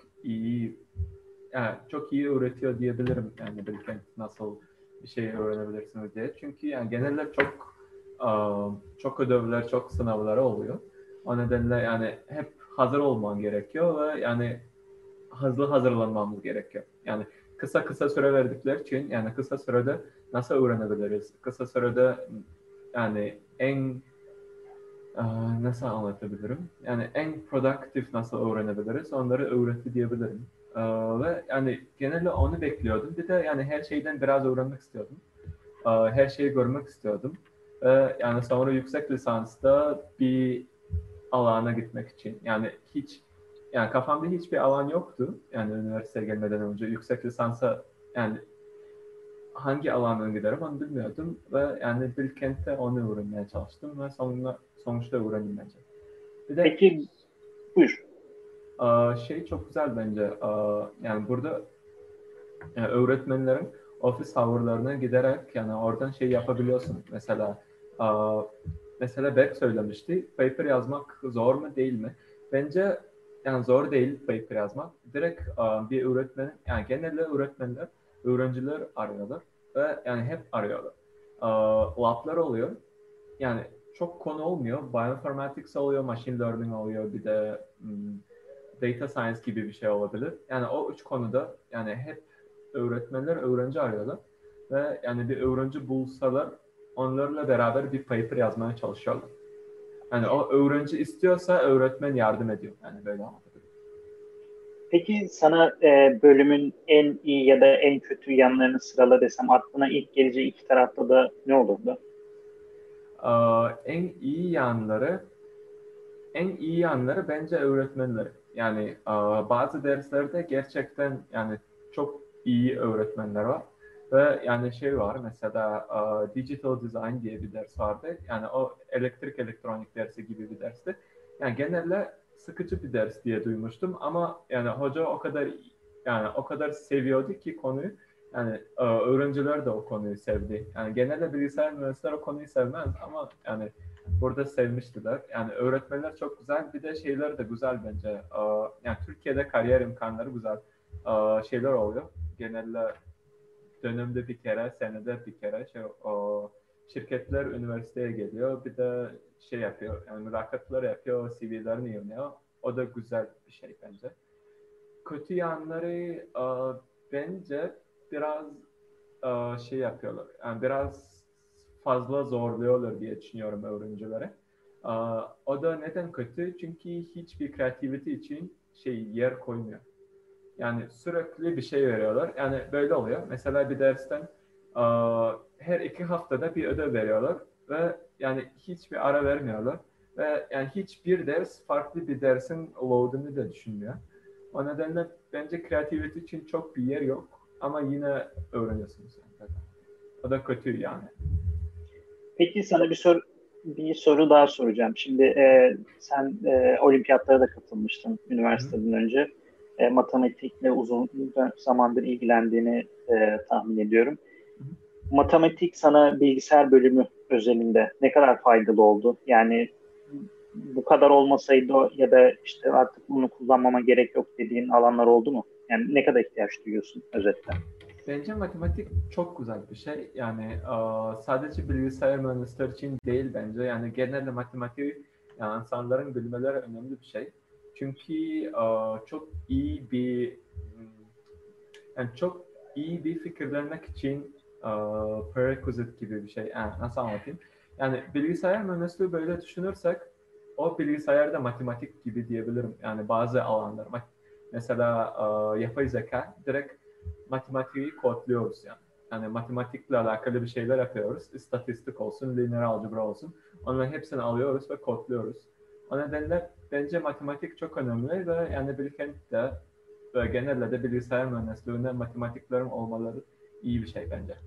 çok iyi öğretiyor diyebilirim yani Bilkent nasıl bir şey öğrenebilirsiniz diye. Çünkü yani genelde çok ödevler, çok sınavları oluyor. O nedenle yani hep hazır olman gerekiyor ve yani hızlı hazırlanmamız gerekiyor. Yani kısa süre verdikleri için yani kısa sürede nasıl öğrenebiliriz? Kısa sürede yani nasıl anlatabilirim? Yani en produktif nasıl öğrenebiliriz? Onları öğretti diyebilirim. Ve yani genelde onu bekliyordum. Bir de yani her şeyden biraz öğrenmek istiyordum. Her şeyi görmek istiyordum. Ve yani sonra yüksek lisansta bir alana gitmek için. Yani kafamda hiçbir alan yoktu. Yani üniversiteye gelmeden önce yüksek lisansa yani hangi alandan giderim onu bilmiyordum ve yani Bilkent'te onu öğrenmeye çalıştım ve sonuçta öğrendim bence. Bir de Peki buyur. çok güzel bence. Yani burada öğretmenlerin ofis hour'larına giderek yani oradan yapabiliyorsun. Mesela Berk söylemişti. Paper yazmak zor mu değil mi? Bence yani zor değil paper yazmak. Direkt bir öğretmen yani genelde öğretmenler öğrenciler arıyorlar ve yani hep arıyorlar. Lab'lar oluyor. Yani çok konu olmuyor. Bioinformatics oluyor, machine learning oluyor, bir de data science gibi bir şey olabilir. Yani o üç konuda yani hep öğretmenler öğrenci arıyorlar ve yani bir öğrenci bulsalar onlarla beraber bir paper yazmaya çalışıyorlar. Yani o öğrenci istiyorsa öğretmen yardım ediyor. Yani böyle anlatabilirim. Peki sana bölümün en iyi ya da en kötü yanlarını sırala desem aklına ilk geleceği iki tarafta da ne olurdu? En iyi yanları En iyi yanları bence öğretmenler. Yani bazı derslerde gerçekten yani çok iyi öğretmenler var. Ve yani şey var mesela Digital Design diye bir ders vardı. Yani o elektrik elektronik dersi gibi bir dersti. Yani genelde sıkıcı bir ders diye duymuştum ama yani hoca o kadar seviyordu ki konuyu. Yani öğrenciler de o konuyu sevdi. Yani genelde bilgisayar mühendisleri o konuyu sevmez ama yani burada sevmiştiler. Yani öğretmenler çok güzel. Bir de şeyler de güzel bence. Yani Türkiye'de kariyer imkanları güzel şeyler oluyor. Genelde dönemde bir kere, senede bir kere şirketler üniversiteye geliyor. Bir de şey yapıyor. Yani mülakatlar yapıyor, CV'lerini yığıyor. O da güzel bir şey bence. Kötü yanları bence biraz şey yapıyorlar. Yani biraz fazla zorluyorlar diye düşünüyorum öğrencilere. O da neden kötü? Çünkü hiçbir creativity için yer koymuyor. Yani sürekli bir şey veriyorlar. Yani böyle oluyor. Mesela bir dersten her 2 haftada bir ödev veriyorlar ve yani hiçbir ara vermiyorlar. Ve yani hiçbir ders farklı bir dersin load'unu da düşünmüyor. O nedenle bence creativity için çok bir yer yok. Ama yine öğreniyorsunuz. Yani. O da kötü yani. Peki sana bir soru daha soracağım. Şimdi sen olimpiyatlara da katılmıştın üniversiteden önce. Matematikle uzun zamandır ilgilendiğini tahmin ediyorum. Matematik sana bilgisayar bölümü özelinde ne kadar faydalı oldu? Yani bu kadar olmasaydı ya da işte artık bunu kullanmama gerek yok dediğin alanlar oldu mu? Yani ne kadar ihtiyaç duyuyorsun özetle? Bence matematik çok güzel bir şey. Yani sadece bilgisayar mühendisleri için değil bence. Yani genelde matematik yani insanların bilmeleri önemli bir şey. Çünkü çok iyi bir çok iyi bir fikirlenmek için prerequisite gibi bir şey. Yani nasıl anlatayım? Yani bilgisayar mühendisliği böyle düşünürsek o bilgisayarda matematik gibi diyebilirim. Yani bazı alanlar. Mesela yapay zeka direkt matematiği kodluyoruz yani. Yani matematikle alakalı bir şeyler yapıyoruz. İstatistik olsun, lineer algebra olsun. Onların hepsini alıyoruz ve kodluyoruz. O nedenle bence matematik çok önemli ve yani Bilkent'te ve genelde de bilgisayar mühendisliğinde matematiklerin olmaları iyi bir şey bence.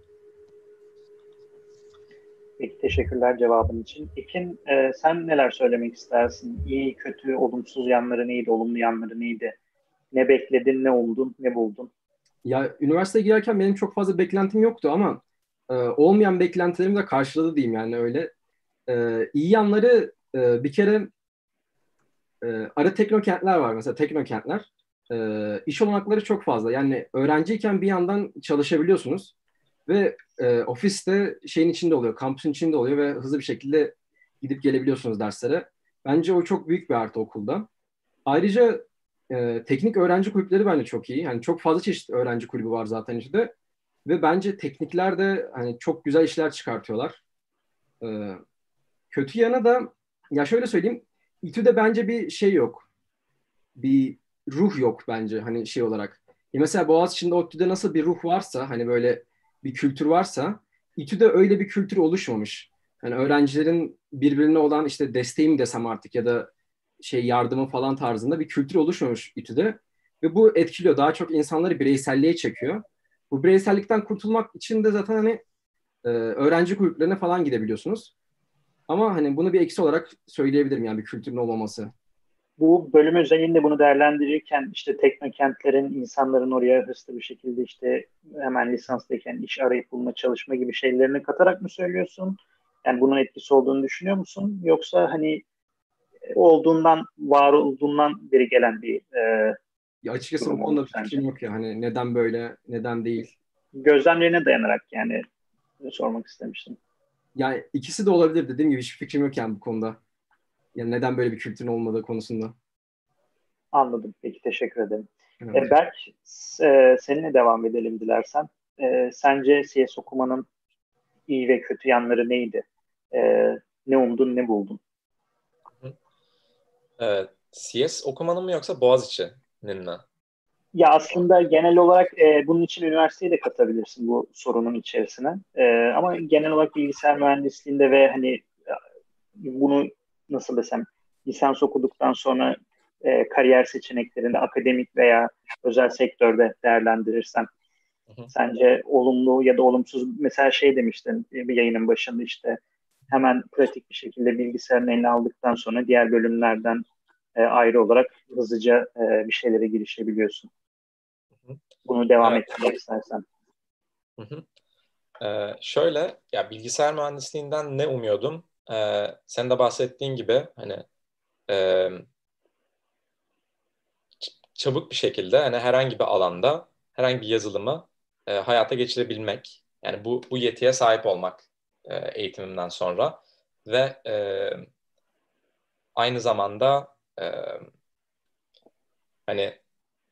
Peki teşekkürler cevabın için. Ekin, sen neler söylemek istersin? İyi, kötü, olumsuz yanları neydi, olumlu yanları neydi? Ne bekledin, ne oldun, ne buldun? Ya üniversiteye girerken benim çok fazla beklentim yoktu ama olmayan beklentilerimi de karşıladı diyeyim yani öyle. İyi yanları bir kere ara teknokentler var mesela teknokentler. İş olanakları çok fazla. Yani öğrenciyken bir yandan çalışabiliyorsunuz ve ofiste şeyin içinde oluyor, kampüsün içinde oluyor ve hızlı bir şekilde gidip gelebiliyorsunuz derslere. Bence o çok büyük bir artı okulda. Ayrıca teknik öğrenci kulüpleri bence çok iyi. Yani çok fazla çeşitli öğrenci kulübü var zaten işte. Ve bence teknikler de hani çok güzel işler çıkartıyorlar. E, Kötü yanı da ya şöyle söyleyeyim. İTÜ'de bence bir şey yok. Bir ruh yok bence hani şey olarak. Mesela Boğaziçi'nde ODTÜ'de nasıl bir ruh varsa hani böyle bir kültür varsa İTÜ'de öyle bir kültür oluşmamış. Hani öğrencilerin birbirine olan işte desteği mi desem artık ya da şey yardımı falan tarzında bir kültür oluşmamış İTÜ'de. Ve bu etkiliyor. Daha çok insanları bireyselliğe çekiyor. Bu bireysellikten kurtulmak için de zaten hani öğrenci kulüplerine falan gidebiliyorsunuz. Ama hani bunu bir eksi olarak söyleyebilirim yani bir kültürün olmaması. Bu bölüm özelinde bunu değerlendirirken işte teknokentlerin, insanların oraya hırslı bir şekilde işte hemen lisanstayken iş arayıp bulma çalışma gibi şeylerini katarak mı söylüyorsun? Yani bunun etkisi olduğunu düşünüyor musun? Yoksa hani var olduğundan beri gelen bir Ya açıkçası bu durum mu konuda bir sence? fikrim yok ya. Hani neden böyle, neden değil. Gözlemlerine dayanarak yani sormak istemiştim. Yani ikisi de olabilir dediğim gibi hiçbir fikrim yok yani bu konuda. Yani neden böyle bir kültürün olmadığı konusunda. Anladım. Peki teşekkür ederim. Evet. Berk, seninle devam edelim dilersen. Sence CS okumanın iyi ve kötü yanları neydi? E, Ne umdun, ne buldun? Evet. CS okumanın mı yoksa Boğaziçi'nin mi? Ya aslında genel olarak bunun için üniversiteyi de katabilirsin bu sorunun içerisine. Ama genel olarak bilgisayar mühendisliğinde ve hani bunu nasıl desem lisans okuduktan sonra kariyer seçeneklerinde akademik veya özel sektörde değerlendirirsen Hı hı. sence olumlu ya da olumsuz, mesela şey demiştin bir yayının başında, işte hemen pratik bir şekilde bilgisayarın eline aldıktan sonra diğer bölümlerden ayrı olarak hızlıca bir şeylere girişebiliyorsun. Hı hı. Bunu devam Evet. ettirmek istersen. Hı hı. Şöyle, ya bilgisayar mühendisliğinden ne umuyordum? Sen de bahsettiğin gibi hani e, çabuk bir şekilde hani herhangi bir alanda herhangi bir yazılımı hayata geçirebilmek. Yani bu yetiye sahip olmak eğitimimden sonra ve aynı zamanda hani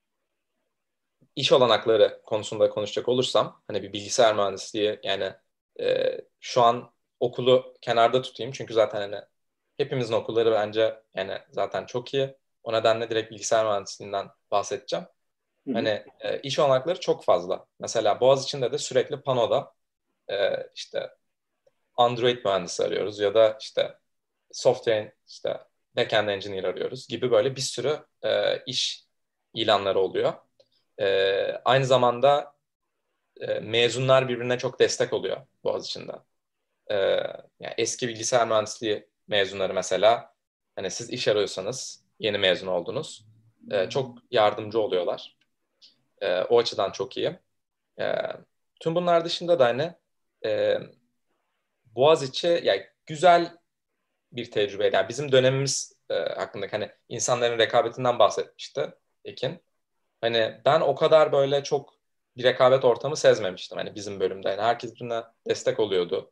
iş olanakları konusunda konuşacak olursam hani bir bilgisayar mühendisliği yani şu an okulu kenarda tutayım çünkü zaten hani hepimizin okulları bence yani zaten çok iyi. O nedenle direkt bilgisayar mühendisliğinden bahsedeceğim. Hı hı. Hani iş olanakları çok fazla. Mesela Boğaziçi'nde de sürekli panoda işte Android mühendisi arıyoruz ya da işte software işte backend engineer arıyoruz gibi böyle bir sürü iş ilanları oluyor. Aynı zamanda mezunlar birbirine çok destek oluyor Boğaziçi'nde. E, Yani eski bilgisayar mühendisliği mezunları mesela hani siz iş arıyorsanız yeni mezun oldunuz. Çok yardımcı oluyorlar. O açıdan çok iyi. E, Tüm bunlar dışında da hani e, Boğaziçi yani güzel bir tecrübeydi. Yani bizim dönemimiz hakkındaki hani insanların rekabetinden bahsetmişti Ekin. Hani ben o kadar böyle çok bir rekabet ortamı sezmemiştim hani bizim bölümde. Yani herkes birbirine destek oluyordu.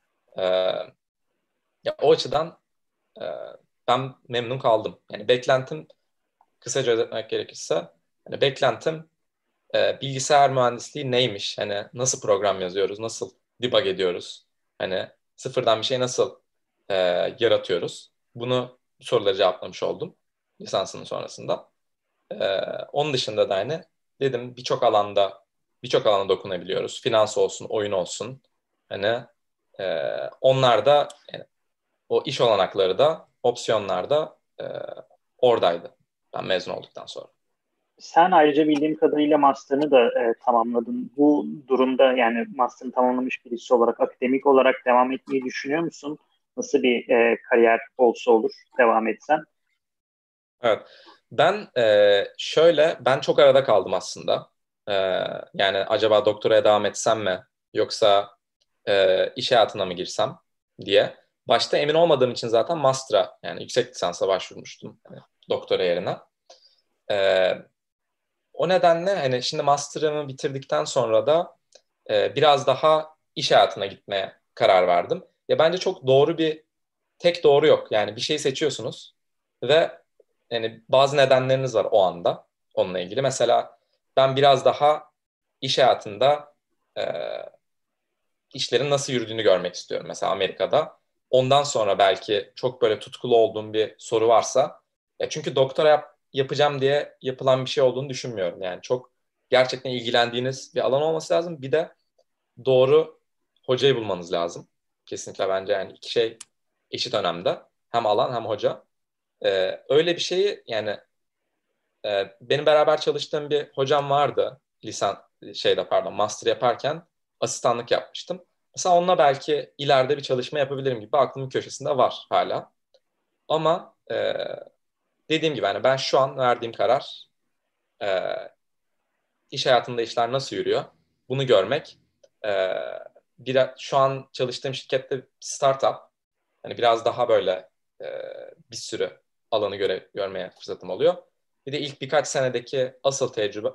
Ya o açıdan e, ben memnun kaldım. Yani beklentim kısaca özetmek gerekirse hani beklentim bilgisayar mühendisliği neymiş? Hani nasıl program yazıyoruz? Nasıl debug ediyoruz? Hani sıfırdan bir şey nasıl e, yaratıyoruz? Bu soruları cevaplamış oldum lisansının sonrasında. Onun dışında da hani dedim birçok alanda dokunabiliyoruz. Finans olsun, oyun olsun. Hani onlar da yani, o iş olanakları da opsiyonlar da oradaydı ben mezun olduktan sonra. Sen ayrıca bildiğim kadarıyla master'ını da tamamladın. Bu durumda yani master'ını tamamlamış birisi olarak akademik olarak devam etmeyi düşünüyor musun? Nasıl bir kariyer olsa olur devam etsen? Evet. Ben çok arada kaldım aslında. E, Yani acaba doktoraya devam etsem mi yoksa iş hayatına mı girsem diye. Başta emin olmadığım için zaten master'a yani yüksek lisansa başvurmuştum yani doktora yerine. E, O nedenle hani şimdi master'ımı bitirdikten sonra da biraz daha iş hayatına gitmeye karar verdim. Ya bence çok tek doğru yok. Yani bir şey seçiyorsunuz ve yani bazı nedenleriniz var o anda onunla ilgili. Mesela ben biraz daha iş hayatında e, işlerin nasıl yürüdüğünü görmek istiyorum. Mesela Amerika'da. Ondan sonra belki çok böyle tutkulu olduğum bir soru varsa çünkü doktora yapacağım diye yapılan bir şey olduğunu düşünmüyorum. Yani çok gerçekten ilgilendiğiniz bir alan olması lazım. Bir de doğru hocayı bulmanız lazım. Kesinlikle bence yani iki şey eşit önemde. Hem alan hem hoca. Öyle bir şeyi yani benim beraber çalıştığım bir hocam vardı. Master yaparken asistanlık yapmıştım. Mesela onunla belki ileride bir çalışma yapabilirim gibi aklımın köşesinde var hala. Ama dediğim gibi hani ben şu an verdiğim karar e, iş hayatında işler nasıl yürüyor? Bunu görmek. E, Şu an çalıştığım şirkette startup. Hani biraz daha böyle e, bir sürü alanı görmeye fırsatım oluyor. Bir de ilk birkaç senedeki asıl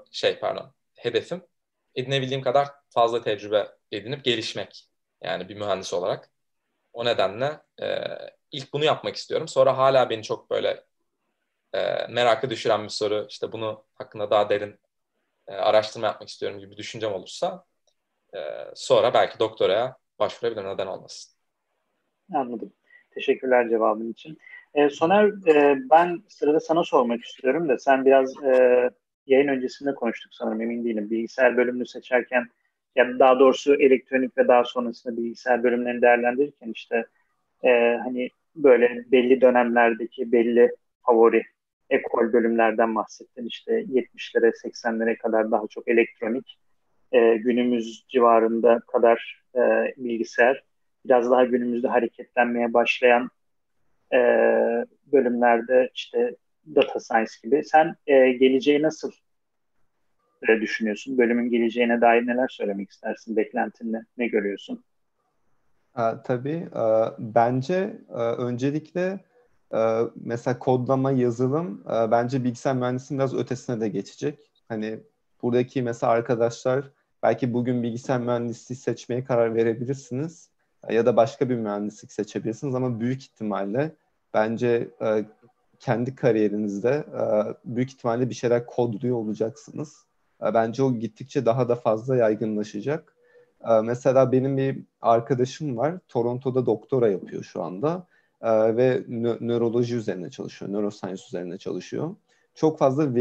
hedefim edinebildiğim kadar fazla tecrübe edinip gelişmek. Yani bir mühendis olarak. O nedenle ilk bunu yapmak istiyorum. Sonra hala beni çok böyle merakı düşüren bir soru, işte bunu hakkında daha derin araştırma yapmak istiyorum gibi bir düşüncem olursa sonra belki doktoraya başvurabilirim, neden olmasın. Anladım. Teşekkürler cevabın için. Soner, ben sırada sana sormak istiyorum da sen biraz yayın öncesinde konuştuk sanırım, emin değilim. Bilgisayar bölümünü seçerken, ya daha doğrusu elektronik ve daha sonrasında bilgisayar bölümlerini değerlendirirken işte hani böyle belli dönemlerdeki belli favori ekol bölümlerden bahsettin. İşte 70'lere 80'lere kadar daha çok elektronik, günümüz civarında kadar bilgisayar, biraz daha günümüzde hareketlenmeye başlayan e, bölümlerde işte data science gibi. Sen geleceği nasıl düşünüyorsun? Bölümün geleceğine dair neler söylemek istersin? Beklentin ne? Ne görüyorsun? Tabii. Bence öncelikle mesela kodlama, yazılım bence bilgisayar mühendisliğinin biraz ötesine de geçecek. Hani buradaki mesela arkadaşlar belki bugün bilgisayar mühendisliği seçmeye karar verebilirsiniz ya da başka bir mühendislik seçebilirsiniz ama büyük ihtimalle bence kendi kariyerinizde büyük ihtimalle bir şeyler kodluyor olacaksınız. Bence o gittikçe daha da fazla yaygınlaşacak. Mesela benim bir arkadaşım var. Toronto'da doktora yapıyor şu anda. Ve nöroloji üzerine çalışıyor. Neuroscience üzerine çalışıyor. Çok fazla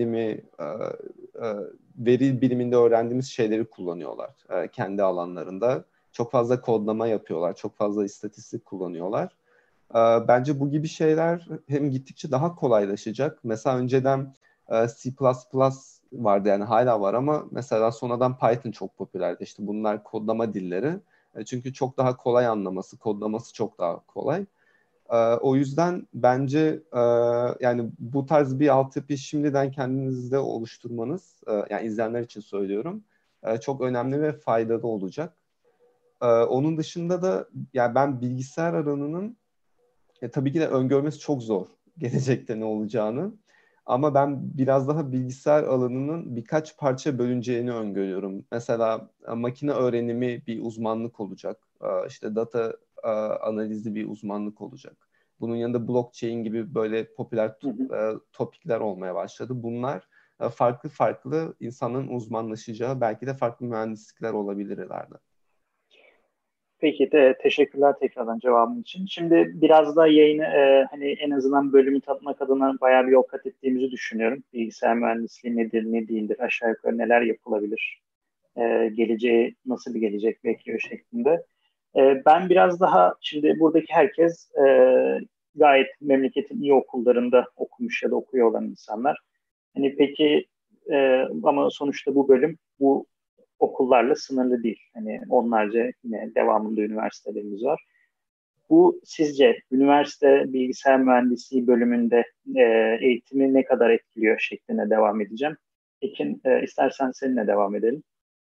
veri biliminde öğrendiğimiz şeyleri kullanıyorlar kendi alanlarında. Çok fazla kodlama yapıyorlar. Çok fazla istatistik kullanıyorlar. Bence bu gibi şeyler hem gittikçe daha kolaylaşacak. Mesela önceden C++ vardı, yani hala var ama mesela sonradan Python çok popülerdi. İşte bunlar kodlama dilleri. Çünkü çok daha kolay anlaması, kodlaması çok daha kolay. O yüzden bence yani bu tarz bir altyapıyı şimdiden kendinizde oluşturmanız, yani izleyenler için söylüyorum, çok önemli ve faydalı olacak. Onun dışında da yani ben bilgisayar alanının tabii ki de öngörmesi çok zor gelecekte ne olacağını. Ama ben biraz daha bilgisayar alanının birkaç parça bölüneceğini öngörüyorum. Mesela makine öğrenimi bir uzmanlık olacak. İşte data analizi bir uzmanlık olacak. Bunun yanında blockchain gibi böyle popüler topikler olmaya başladı. Bunlar farklı farklı insanların uzmanlaşacağı belki de farklı mühendislikler olabilir ileride. Peki de teşekkürler tekrardan cevabın için. Şimdi biraz daha yayını hani en azından bölümü tatmak adına bayağı bir yol kat ettiğimizi düşünüyorum. Bilgisayar mühendisliği nedir, ne değildir, aşağı yukarı neler yapılabilir, geleceği nasıl bir gelecek bekliyor şeklinde. Ben biraz daha, şimdi buradaki herkes gayet memleketin iyi okullarında okumuş ya da okuyor olan insanlar. Hani peki ama sonuçta bu bölüm bu okullarla sınırlı değil. Hani onlarca yine devamında üniversitelerimiz var. Bu sizce üniversite bilgisayar mühendisliği bölümünde eğitimi ne kadar etkiliyor şeklinde devam edeceğim. Ekin, istersen seninle devam edelim.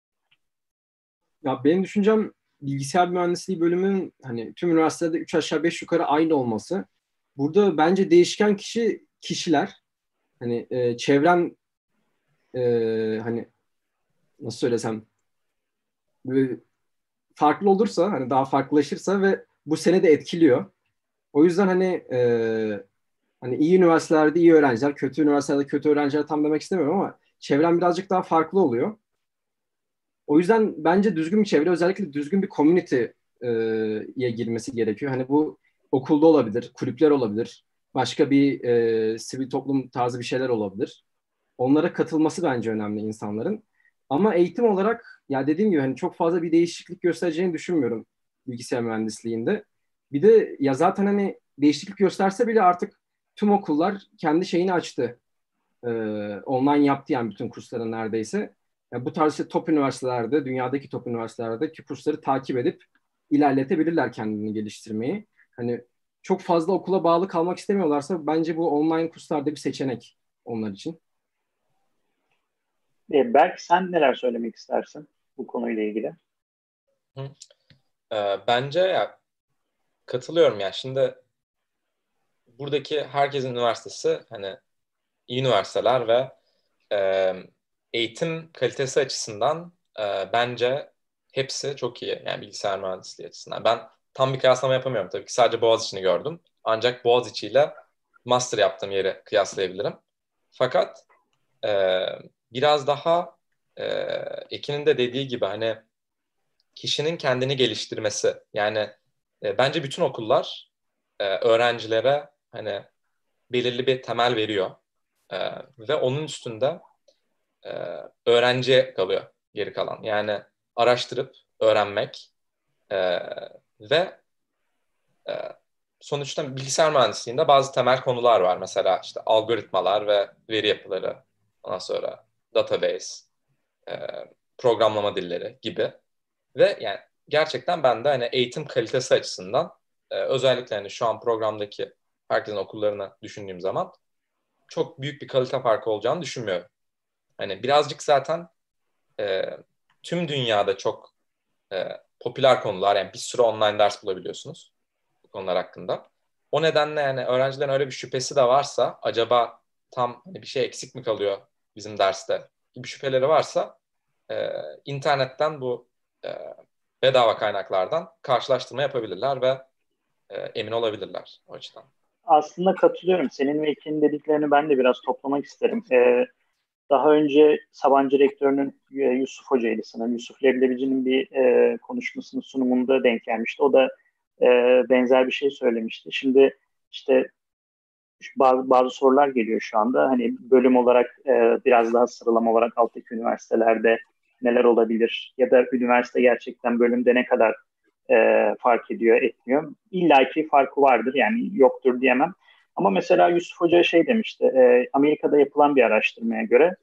Ya benim düşüncem bilgisayar mühendisliği bölümünün hani tüm üniversitelerde 3 aşağı 5 yukarı aynı olması. Burada bence değişken kişiler. Hani çevren hani nasıl söylesem böyle farklı olursa hani daha farklılaşırsa ve bu sene de etkiliyor. O yüzden hani iyi üniversitelerde iyi öğrenciler, kötü üniversitelerde kötü öğrenciler tam demek istemiyorum ama çevren birazcık daha farklı oluyor. O yüzden bence düzgün bir çevre, özellikle düzgün bir community'ye girmesi gerekiyor. Hani bu okulda olabilir, kulüpler olabilir, başka bir sivil toplum tarzı bir şeyler olabilir. Onlara katılması bence önemli insanların. Ama eğitim olarak ya dediğim gibi hani çok fazla bir değişiklik göstereceğini düşünmüyorum bilgisayar mühendisliğinde. Bir de ya zaten hani değişiklik gösterse bile artık tüm okullar kendi şeyini açtı. Ee, Online yaptı yani bütün kursların neredeyse. Ya bu tarz işte top üniversitelerde, dünyadaki top üniversitelerdeki kursları takip edip ilerletebilirler kendini geliştirmeyi. Hani çok fazla okula bağlı kalmak istemiyorlarsa bence bu online kurslar da bir seçenek onlar için. Berk, sen neler söylemek istersin bu konuyla ilgili? Bence ya katılıyorum ya. Şimdi buradaki herkesin üniversitesi hani iyi üniversiteler ve e, eğitim kalitesi açısından bence hepsi çok iyi. Yani bilgisayar mühendisliği açısından. Ben tam bir kıyaslama yapamıyorum tabii ki. Sadece Boğaziçi'ni gördüm. Ancak Boğaziçi ile master yaptığım yeri kıyaslayabilirim. Fakat e, biraz daha e, Ekin'in de dediği gibi hani kişinin kendini geliştirmesi. Yani bence bütün okullar öğrencilere hani belirli bir temel veriyor. Ve onun üstünde öğrenciye kalıyor geri kalan. Yani araştırıp öğrenmek ve sonuçta bilgisayar mühendisliğinde bazı temel konular var. Mesela işte algoritmalar ve veri yapıları, ondan sonra database, programlama dilleri gibi. Ve yani gerçekten ben de hani eğitim kalitesi açısından özellikle hani şu an programdaki herkesin okullarını düşündüğüm zaman çok büyük bir kalite farkı olacağını düşünmüyorum. Hani birazcık zaten tüm dünyada çok popüler konular, yani bir sürü online ders bulabiliyorsunuz bu konular hakkında. O nedenle yani öğrencilerin öyle bir şüphesi de varsa, acaba tam hani bir şey eksik mi kalıyor bizim derste gibi şüpheleri varsa internetten bu bedava kaynaklardan karşılaştırma yapabilirler ve emin olabilirler o açıdan. Aslında katılıyorum. Senin ve İlkin'in dediklerini ben de biraz toplamak isterim. Daha önce Sabancı Rektörü'nün Yusuf Hoca'ydı sanırım. Yusuf Leblebici'nin bir konuşmasının sunumunda denk gelmişti. O da benzer bir şey söylemişti. Şimdi işte bazı sorular geliyor şu anda. Hani bölüm olarak biraz daha sıralama olarak alttaki üniversitelerde neler olabilir? Ya da üniversite gerçekten bölümde ne kadar fark ediyor, etmiyor? İlla ki farkı vardır. Yani yoktur diyemem. Ama mesela Yusuf Hoca şey demişti. Amerika'da yapılan bir araştırmaya göre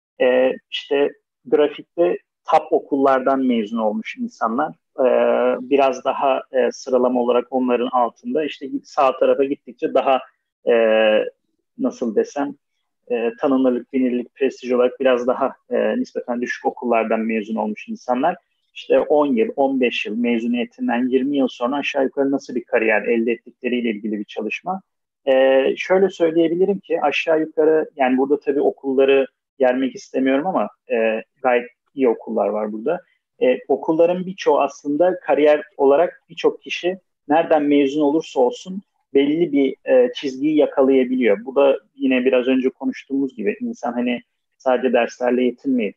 işte grafikte top okullardan mezun olmuş insanlar. Biraz daha sıralama olarak onların altında. İşte sağ tarafa gittikçe daha e, nasıl desem tanınırlık, bilinirlik, prestij olarak biraz daha nispeten düşük okullardan mezun olmuş insanlar. İşte 10 yıl, 15 yıl mezuniyetinden 20 yıl sonra aşağı yukarı nasıl bir kariyer elde ettikleriyle ilgili bir çalışma. Şöyle söyleyebilirim ki aşağı yukarı, yani burada tabii okulları yermek istemiyorum ama gayet iyi okullar var burada. Okulların birçoğu aslında kariyer olarak birçok kişi nereden mezun olursa olsun belli bir çizgiyi yakalayabiliyor. Bu da yine biraz önce konuştuğumuz gibi insan hani sadece derslerle yetinmeyip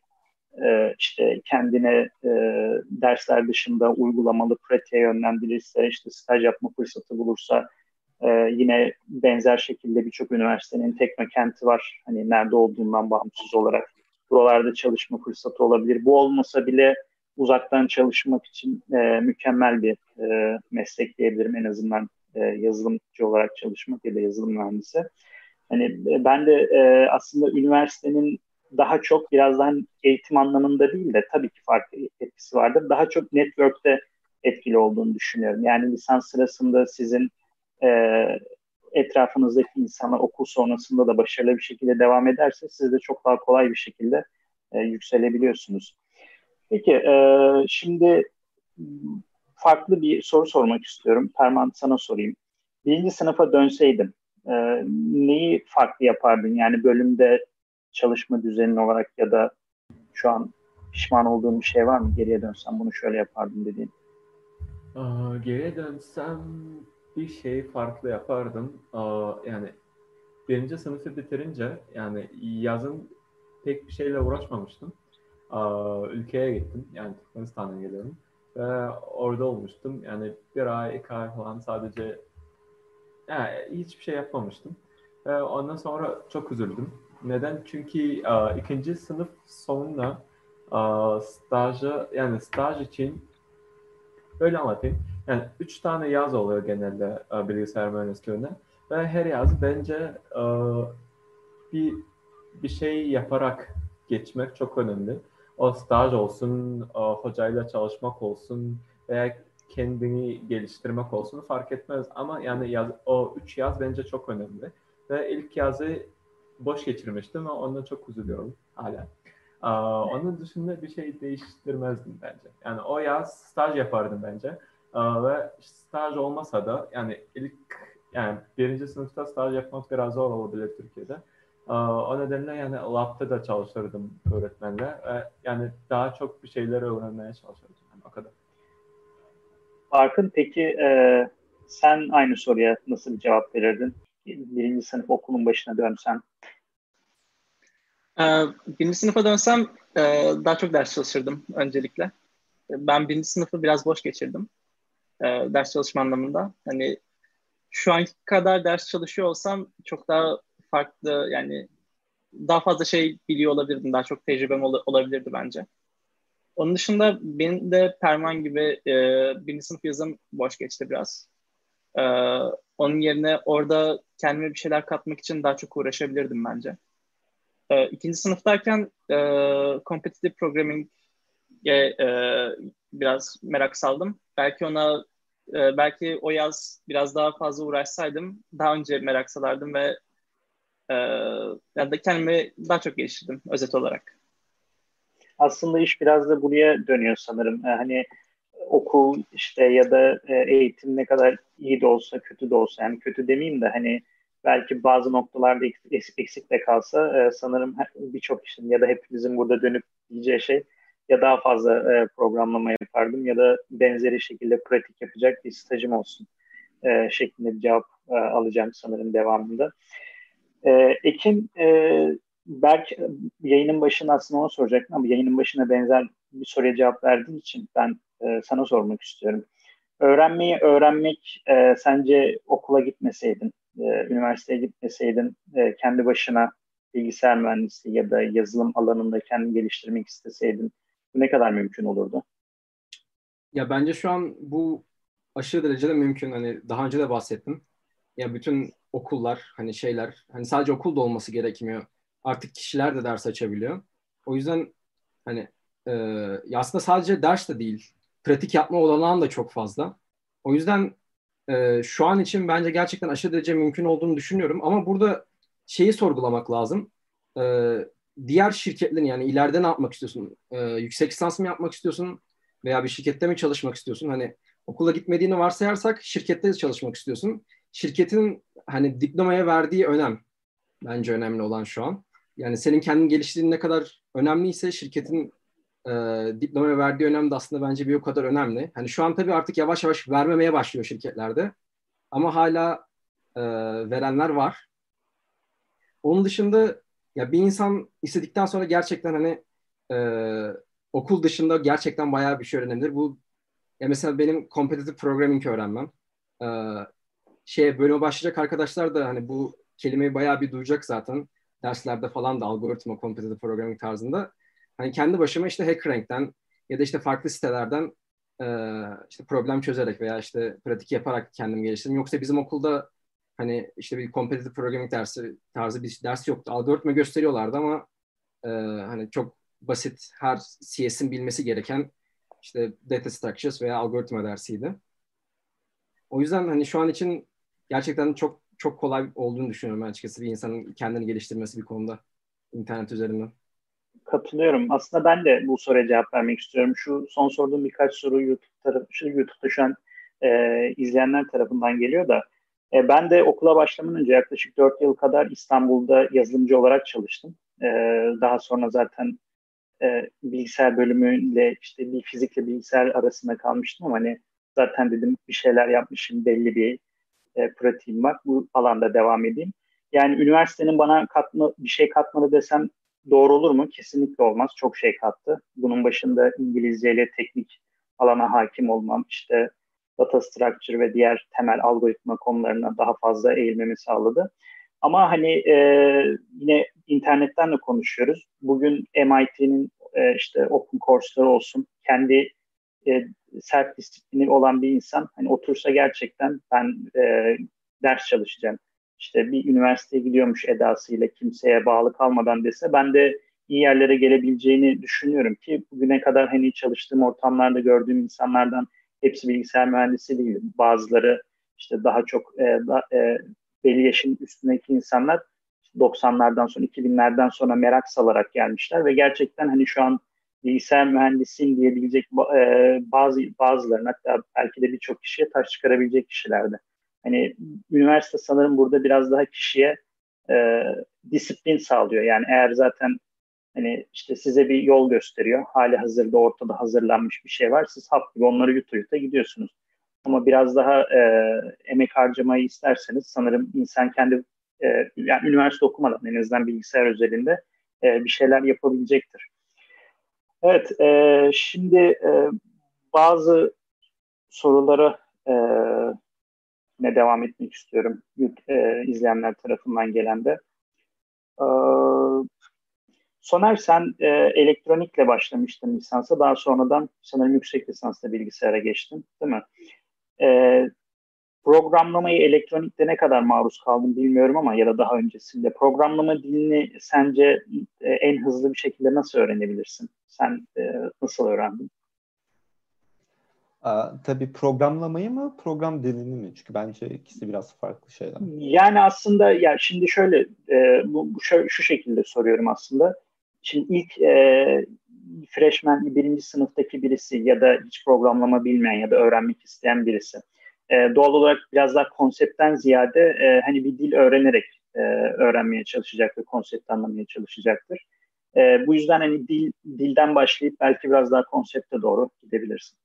işte kendine dersler dışında uygulamalı pratiğe yönlendirirse, işte staj yapma fırsatı bulursa, yine benzer şekilde birçok üniversitenin teknokenti var. Hani nerede olduğundan bağımsız olarak buralarda çalışma fırsatı olabilir. Bu olmasa bile uzaktan çalışmak için mükemmel bir meslek diyebilirim, en azından yazılımcı olarak çalışmak ya da yazılım mühendisi. Hani ben de aslında üniversitenin daha çok birazdan eğitim anlamında değil de tabii ki farklı etkisi vardır. Daha çok network'te etkili olduğunu düşünüyorum. Yani lisans sırasında sizin etrafınızdaki insanlar okul sonrasında da başarılı bir şekilde devam ederse siz de çok daha kolay bir şekilde yükselebiliyorsunuz. Peki şimdi farklı bir soru sormak istiyorum. Perman, sana sorayım. Birinci sınıfa dönseydim neyi farklı yapardın? Yani bölümde, çalışma düzenin olarak ya da şu an pişman olduğun bir şey var mı? Geriye dönsem bunu şöyle yapardım dediğin. Geriye dönsem bir şey farklı yapardım. Yani birinci sınıfı bitirince yani yazın pek bir şeyle uğraşmamıştım. Ülkeye gittim. Yani Türkmenistan'a geliyorum. Ve orada olmuştum. Yani bir ay, 2 ay falan sadece yani hiçbir şey yapmamıştım. Ve ondan sonra çok üzüldüm. Neden? Çünkü ikinci sınıf sonunda staj için öyle anlatayım. Yani 3 tane yaz oluyor genelde bilgisayar mühendisliğinde. Ve her yaz bence bir bir şey yaparak geçmek çok önemli. O staj olsun, hocayla çalışmak olsun veya kendini geliştirmek olsun fark etmez. Ama yani o 3 yaz bence çok önemli. Ve ilk yazı boş geçirmiştim ve ondan çok üzülüyorum hala. Onun dışında bir şey değiştirmezdim bence. Yani o yaz staj yapardım bence. Ve staj olmasa da yani birinci sınıfta staj yapmak biraz zor olabilir Türkiye'de. O nedenle yani lab'da da çalışırdım öğretmenle. Yani daha çok bir şeyler öğrenmeye çalışırdım. Yani o kadar. Farkın peki sen aynı soruya nasıl bir cevap verirdin? Birinci sınıf okulun başına dönsen. Birinci sınıfa dönsem daha çok ders çalışırdım öncelikle. Ben birinci sınıfı biraz boş geçirdim. Ders çalışma anlamında. Hani şu anki kadar ders çalışıyor olsam çok daha farklı, yani daha fazla şey biliyor olabilirdim. Daha çok tecrübem olabilirdi bence. Onun dışında benim de Perman gibi birinci sınıf yazım boş geçti biraz. E, Onun yerine orada kendime bir şeyler katmak için daha çok uğraşabilirdim bence. İkinci sınıftayken competitive programming'e biraz merak saldım. Belki o yaz biraz daha fazla uğraşsaydım daha önce merak salardım ve yani da kendimi daha çok geliştirdim özet olarak. Aslında iş biraz da buraya dönüyor sanırım. Hani okul işte ya da eğitim ne kadar iyi de olsa kötü de olsa, yani kötü demeyeyim de hani belki bazı noktalarda eksik de kalsa sanırım birçok kişinin ya da hepimizin burada dönüp diyeceği şey, ya daha fazla programlama yapardım ya da benzeri şekilde pratik yapacak bir stajım olsun şeklinde bir cevap alacağım sanırım devamında. Ekin, Berk yayının başında aslında onu soracaktım ama yayının başına benzer bir soruya cevap verdiğin için ben sana sormak istiyorum. Öğrenmeyi öğrenmek, sence okula gitmeseydin, üniversiteye gitmeseydin, kendi başına bilgisayar mühendisliği ya da yazılım alanında kendini geliştirmek isteseydin, bu ne kadar mümkün olurdu? Ya bence şu an bu aşırı derecede mümkün. Hani daha önce de bahsettim. Ya bütün okullar hani şeyler hani sadece okul da olması gerekmiyor. Artık kişiler de ders açabiliyor. O yüzden hani e, ya aslında sadece ders de değil. Pratik yapma olanağın da çok fazla. O yüzden şu an için bence gerçekten aşırı derece mümkün olduğunu düşünüyorum. Ama burada şeyi sorgulamak lazım. E, Diğer şirketlerin yani ileride ne yapmak istiyorsun? Yüksek lisans mı yapmak istiyorsun? Veya bir şirkette mi çalışmak istiyorsun? Hani okula gitmediğini varsayarsak şirkette de çalışmak istiyorsun. Şirketin hani diplomaya verdiği önem bence önemli olan şu an. Yani senin kendini geliştirdiğin ne kadar önemliyse şirketin e, diplomaya verdiği önem de aslında bence bir o kadar önemli. Hani şu an tabii artık yavaş yavaş vermemeye başlıyor şirketlerde. Ama hala verenler var. Onun dışında ya bir insan istedikten sonra gerçekten hani e, okul dışında gerçekten bayağı bir şey öğrenebilir. Bu ya mesela benim competitive programming öğrenmem. E, Bölüme başlayacak arkadaşlar da hani bu kelimeyi bayağı bir duyacak zaten. Derslerde falan da algoritma, competitive programming tarzında. Hani kendi başıma işte HackerRank'ten ya da işte farklı sitelerden işte problem çözerek veya işte pratik yaparak kendimi geliştirdim. Yoksa bizim okulda hani işte bir competitive programming dersi tarzı bir ders yoktu. Algoritma gösteriyorlardı ama hani çok basit her CS'in bilmesi gereken işte data structures veya algoritma dersiydi. O yüzden hani şu an için gerçekten çok çok kolay olduğunu düşünüyorum ben açıkçası bir insanın kendini geliştirmesi bir konuda internet üzerinden. Katılıyorum. Aslında ben de bu soruya cevap vermek istiyorum. Şu son sorduğum birkaç soru YouTube'da şu an izleyenler tarafından geliyor da ben de okula başlamadan önce yaklaşık 4 yıl kadar İstanbul'da yazılımcı olarak çalıştım. Daha sonra zaten bilgisayar bölümüyle işte bir fizikle bilgisayar arasında kalmıştım ama hani zaten dedim bir şeyler yapmışım, belli bir pratiğim var. Bu alanda devam edeyim. Yani üniversitenin bana bir şey katmadı desem doğru olur mu? Kesinlikle olmaz. Çok şey kattı. Bunun başında İngilizce ile teknik alana hakim olmam, işte data structure ve diğer temel algoritma konularına daha fazla eğilmemi sağladı. Ama hani yine internetten de konuşuyoruz. Bugün MIT'nin işte open courses'ları olsun, kendi e, sert disiplini olan bir insan hani otursa gerçekten ben ders çalışacağım, İşte bir üniversiteye gidiyormuş edasıyla kimseye bağlı kalmadan dese ben de iyi yerlere gelebileceğini düşünüyorum ki bugüne kadar hani çalıştığım ortamlarda gördüğüm insanlardan hepsi bilgisayar mühendisi değil. Bazıları işte daha çok belli yaşın üstündeki insanlar 90'lardan sonra 2000'lerden sonra merak salarak gelmişler ve gerçekten hani şu an bilgisayar mühendisiyim diyebilecek bazılarının, hatta belki de birçok kişiye taş çıkarabilecek kişilerde. Hani üniversite sanırım burada biraz daha kişiye e, disiplin sağlıyor. Yani eğer zaten hani işte size bir yol gösteriyor, hali hazırda ortada hazırlanmış bir şey var, siz hap gibi onları yuta yuta gidiyorsunuz. Ama biraz daha emek harcamayı isterseniz sanırım insan kendi yani üniversite okumadan en azından bilgisayar özelinde bir şeyler yapabilecektir. Evet, şimdi bazı sorulara ne devam etmek istiyorum izleyenler tarafından gelen de. Soner, sen elektronikle başlamıştın lisansa. Daha sonradan sanırım yüksek lisansla bilgisayara geçtin, değil mi? E, Programlamayı elektronikte ne kadar maruz kaldın bilmiyorum ama ya da daha öncesinde. Programlama dilini sence en hızlı bir şekilde nasıl öğrenebilirsin? Sen nasıl öğrendin? Tabii programlamayı mı, program dilini mi? Çünkü bence ikisi biraz farklı şeyler. Yani aslında ya şimdi şöyle şu şekilde soruyorum aslında. Şimdi ilk freshman birinci sınıftaki birisi ya da hiç programlama bilmeyen ya da öğrenmek isteyen birisi doğal olarak biraz daha konseptten ziyade hani bir dil öğrenerek öğrenmeye çalışacak ve konsepti anlamaya çalışacaktır. Bu yüzden hani dilden başlayıp belki biraz daha konsepte doğru gidebilirsin.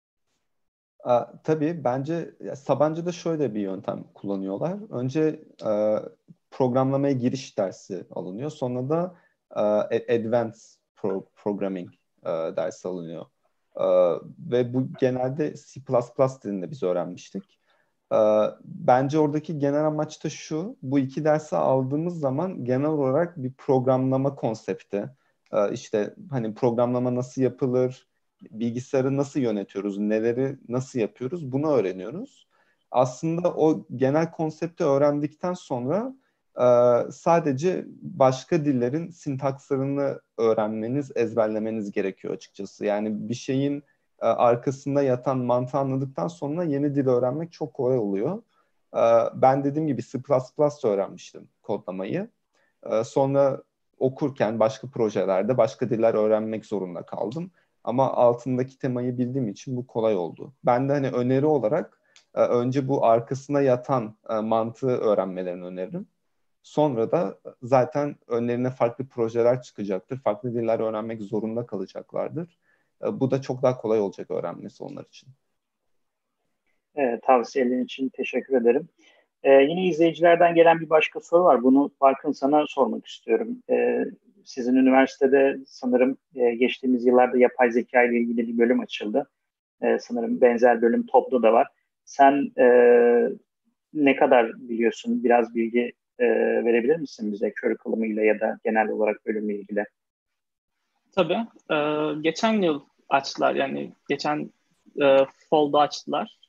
Tabii bence Sabancı'da şöyle bir yöntem kullanıyorlar. Önce programlamaya giriş dersi alınıyor. Sonra da Advanced Programming dersi alınıyor. Ve bu genelde C++ dilinde biz öğrenmiştik. Bence oradaki genel amaç da şu: bu iki dersi aldığımız zaman genel olarak bir programlama konsepti, işte hani programlama nasıl yapılır, bilgisayarı nasıl yönetiyoruz, neleri nasıl yapıyoruz, bunu öğreniyoruz. Aslında o genel konsepti öğrendikten sonra sadece başka dillerin sintakslarını öğrenmeniz, ezberlemeniz gerekiyor açıkçası. Yani bir şeyin arkasında yatan mantığı anladıktan sonra yeni dil öğrenmek çok kolay oluyor. Ben dediğim gibi C++ öğrenmiştim kodlamayı. Sonra okurken başka projelerde başka diller öğrenmek zorunda kaldım. Ama altındaki temayı bildiğim için bu kolay oldu. Ben de hani öneri olarak önce bu arkasına yatan mantığı öğrenmelerini öneririm. Sonra da zaten önlerine farklı projeler çıkacaktır. Farklı diller öğrenmek zorunda kalacaklardır. Bu da çok daha kolay olacak öğrenmesi onlar için. Tavsiyelerin için teşekkür ederim. Yine izleyicilerden gelen bir başka soru var. Bunu Barkın sana sormak istiyorum. Sizin üniversitede sanırım geçtiğimiz yıllarda yapay zeka ile ilgili bir bölüm açıldı. Sanırım benzer bölüm TOB'da da var. Sen ne kadar biliyorsun? Biraz bilgi verebilir misin bize curriculum'ıyla ya da genel olarak bölümle ilgili? Tabii. Geçen yıl açtılar. Yani geçen fall'da açtılar.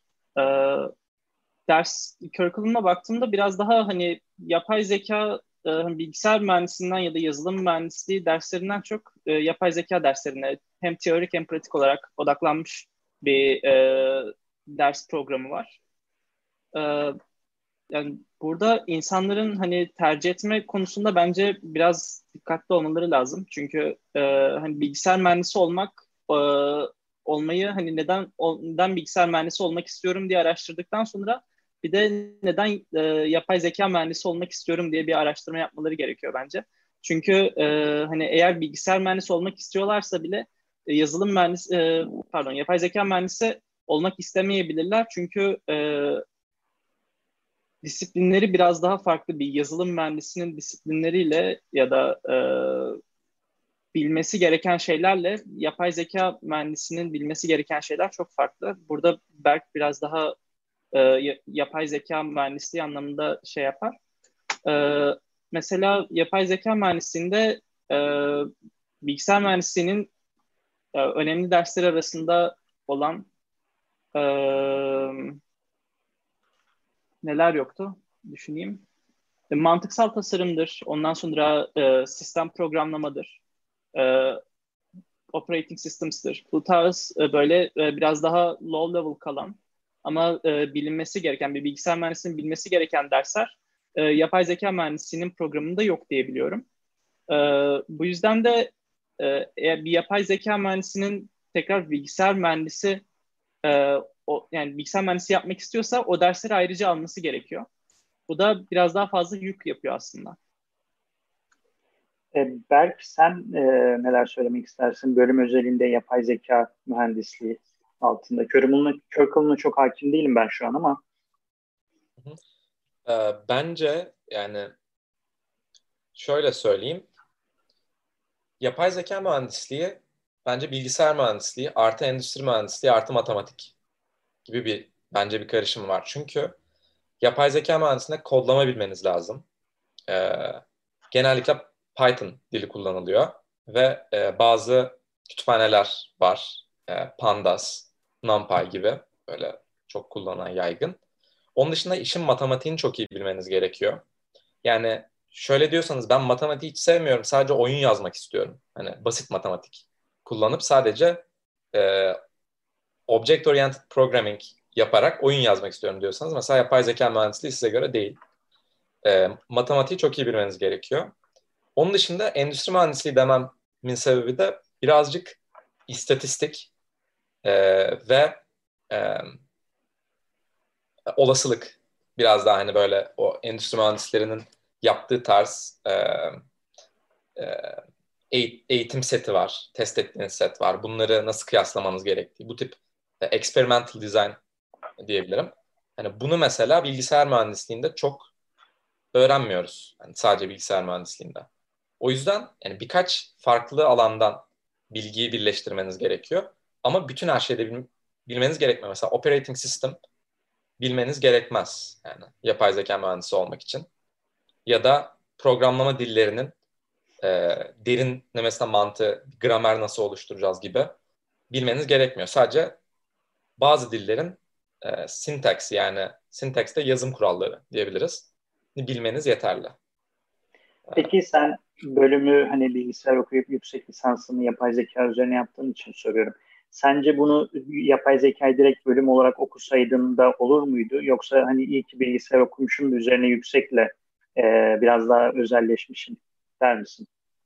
Ders curriculum'a baktığımda biraz daha hani yapay zeka bilgisayar mühendisliğinden ya da yazılım mühendisliği derslerinden çok yapay zeka derslerine hem teorik hem pratik olarak odaklanmış bir ders programı var. Yani burada insanların hani tercih etme konusunda bence biraz dikkatli olmaları lazım. Çünkü hani bilgisayar mühendisi olmayı hani neden bilgisayar mühendisi olmak istiyorum diye araştırdıktan sonra bir de neden yapay zeka mühendisi olmak istiyorum diye bir araştırma yapmaları gerekiyor bence. Çünkü hani eğer bilgisayar mühendisi olmak istiyorlarsa bile yapay zeka mühendisi olmak istemeyebilirler. Çünkü disiplinleri biraz daha farklı, bir yazılım mühendisinin disiplinleriyle ya da bilmesi gereken şeylerle yapay zeka mühendisinin bilmesi gereken şeyler çok farklı. Burada Berk biraz daha yapay zeka mühendisliği anlamında şey yapar. E, Mesela yapay zeka mühendisliğinde bilgisayar mühendisliğinin önemli dersleri arasında olan e, neler yoktu? Düşüneyim. Mantıksal tasarımdır. Ondan sonra sistem programlamadır. E, Operating Systems'tir. Bu tarz böyle biraz daha low level kalan ama bilinmesi gereken, bir bilgisayar mühendisinin bilmesi gereken dersler yapay zeka mühendisliğinin programında yok diye biliyorum. Bu yüzden de eğer bir yapay zeka mühendisinin tekrar bilgisayar mühendisi yani bilgisayar mühendisi yapmak istiyorsa o dersleri ayrıca alması gerekiyor. Bu da biraz daha fazla yük yapıyor aslında. Berk, sen neler söylemek istersin? Bölüm özelinde yapay zeka mühendisliği altında. Curriculum'una çok hakim değilim ben şu an ama. Bence yani şöyle söyleyeyim. Yapay zeka mühendisliği bence bilgisayar mühendisliği artı endüstri mühendisliği artı matematik gibi bence bir karışım var. Çünkü yapay zeka mühendisliğinde kodlama bilmeniz lazım. Genellikle Python dili kullanılıyor ve bazı kütüphaneler var. Pandas, NumPy gibi böyle çok kullanılan yaygın. Onun dışında işin matematiğini çok iyi bilmeniz gerekiyor. Yani şöyle diyorsanız ben matematiği hiç sevmiyorum, sadece oyun yazmak istiyorum. Hani basit matematik kullanıp sadece e, object oriented programming yaparak oyun yazmak istiyorum diyorsanız mesela yapay zeka mühendisliği size göre değil. Matematiği çok iyi bilmeniz gerekiyor. Onun dışında endüstri mühendisliği dememin sebebi de birazcık istatistik ve e, olasılık. Biraz daha hani böyle o endüstri mühendislerinin yaptığı tarz eğitim seti var, test ettiğiniz set var. Bunları nasıl kıyaslamanız gerektiği. Bu tip experimental design diyebilirim. Hani bunu mesela bilgisayar mühendisliğinde çok öğrenmiyoruz. Yani sadece bilgisayar mühendisliğinde. O yüzden yani birkaç farklı alandan bilgiyi birleştirmeniz gerekiyor. Ama bütün her şeyde bilmeniz gerekmiyor. Mesela operating system bilmeniz gerekmez. Yani yapay zeka mühendisi olmak için. Ya da programlama dillerinin derinlemesine mantığı, gramer nasıl oluşturacağız gibi bilmeniz gerekmiyor. Sadece bazı dillerin syntax yani syntax'te yazım kuralları diyebiliriz. Bilmeniz yeterli. Peki sen bölümü hani bilgisayar okuyup yüksek lisansını yapay zeka üzerine yaptığın için soruyorum. Sence bunu yapay zekayı direkt bölüm olarak okusaydın da olur muydu? Yoksa hani iyi ki bilgisayar okumuşum da üzerine yüksekle biraz daha özelleşmişim der misin?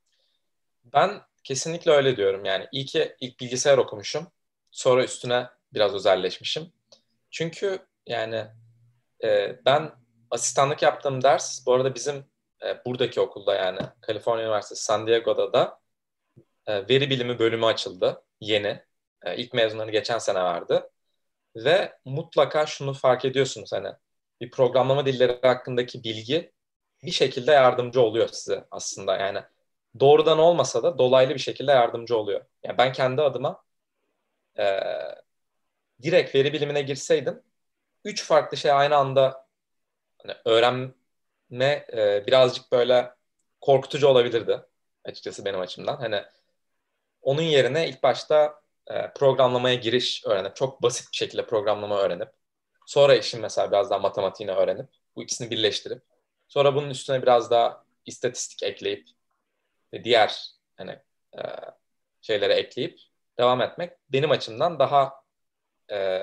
Ben kesinlikle öyle diyorum. Yani iyi ki ilk bilgisayar okumuşum. Sonra üstüne biraz özelleşmişim. Çünkü yani ben asistanlık yaptığım ders, bu arada bizim buradaki okulda yani Kaliforniya Üniversitesi San Diego'da da veri bilimi bölümü açıldı. Yeni. İlk mezunları geçen sene vardı. Ve mutlaka şunu fark ediyorsunuz hani bir programlama dilleri hakkındaki bilgi bir şekilde yardımcı oluyor size aslında. Yani doğrudan olmasa da dolaylı bir şekilde yardımcı oluyor. Yani ben kendi adıma e, direkt veri bilimine girseydim 3 farklı şey aynı anda hani öğrenme birazcık böyle korkutucu olabilirdi açıkçası benim açımdan. Hani onun yerine ilk başta programlamaya giriş öğrenip çok basit bir şekilde programlama öğrenip sonra işin mesela biraz daha matematiğini öğrenip bu ikisini birleştirip sonra bunun üstüne biraz daha istatistik ekleyip ve diğer hani e, şeylere ekleyip devam etmek benim açımdan daha e,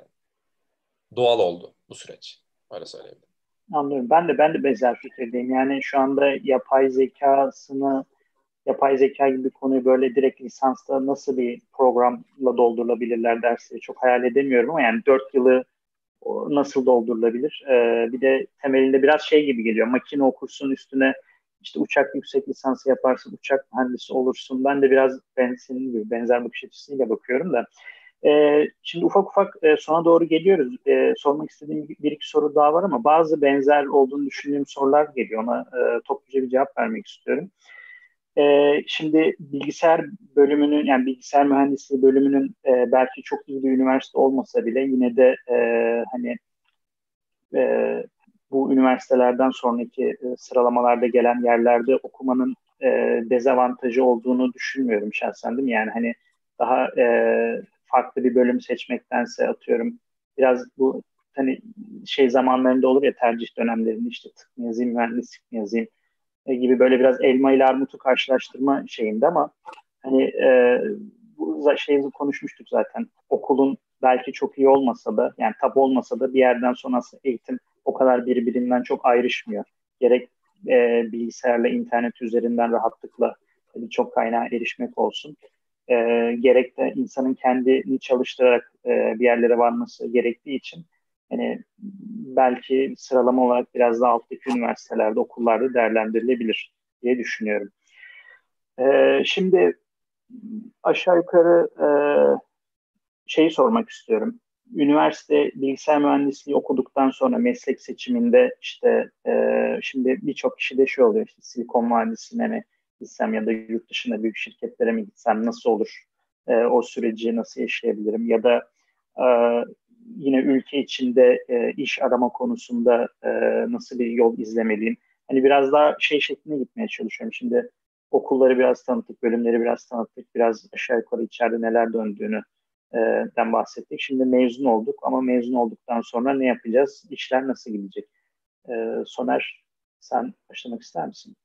doğal oldu bu süreç. Öyle söyleyebilirim. Anlıyorum. Ben de benzer fikirdeyim. Yani şu anda yapay zeka gibi bir konuyu böyle direkt lisansta nasıl bir programla doldurulabilirler dersleri çok hayal edemiyorum ama yani 4 yılı nasıl doldurulabilir? Bir de temelinde biraz şey gibi geliyor. Makine okursun üstüne işte uçak yüksek lisansı yaparsın, uçak mühendisi olursun. Ben de biraz senin gibi benzer bakış açısıyla bakıyorum da. Şimdi ufak ufak sona doğru geliyoruz. Sormak istediğim bir iki soru daha var ama bazı benzer olduğunu düşündüğüm sorular geliyor. Ona topluca bir cevap vermek istiyorum. Şimdi bilgisayar bölümünün yani bilgisayar mühendisliği bölümünün belki çok iyi bir üniversite olmasa bile yine de hani e, bu üniversitelerden sonraki sıralamalarda gelen yerlerde okumanın dezavantajı olduğunu düşünmüyorum şahsen değil mi? Yani hani daha farklı bir bölüm seçmektense atıyorum biraz bu hani şey zamanlarında olur ya tercih dönemlerinde işte tıp mı yazayım, mühendislik mi yazayım gibi böyle biraz elma ile armutu karşılaştırma şeyinde ama hani bu şeyi konuşmuştuk zaten. Okulun belki çok iyi olmasa da yani tab olmasa da bir yerden sonra eğitim o kadar birbirinden çok ayrışmıyor. Gerek bilgisayarla internet üzerinden rahatlıkla birçok kaynağa erişmek olsun. E, Gerek de insanın kendini çalıştırarak bir yerlere varması gerektiği için hani belki sıralama olarak biraz daha alttaki üniversitelerde, okullarda değerlendirilebilir diye düşünüyorum. Şimdi aşağı yukarı şeyi sormak istiyorum. Üniversite bilgisayar mühendisliği okuduktan sonra meslek seçiminde işte şimdi birçok kişi de şey oluyor işte Silikon Vadisi'ne mi gitsem ya da yurt dışında büyük şirketlere mi gitsem nasıl olur? O süreci nasıl yaşayabilirim? Ya da e, yine ülke içinde iş arama konusunda nasıl bir yol izlemeliyim? Hani biraz daha şey şeklinde gitmeye çalışıyorum. Şimdi okulları biraz tanıttık, bölümleri biraz tanıttık, biraz aşağı yukarı içeride neler döndüğünü den bahsettik. Şimdi mezun olduk ama mezun olduktan sonra ne yapacağız? İşler nasıl gidecek? Soner, sen başlamak ister misin?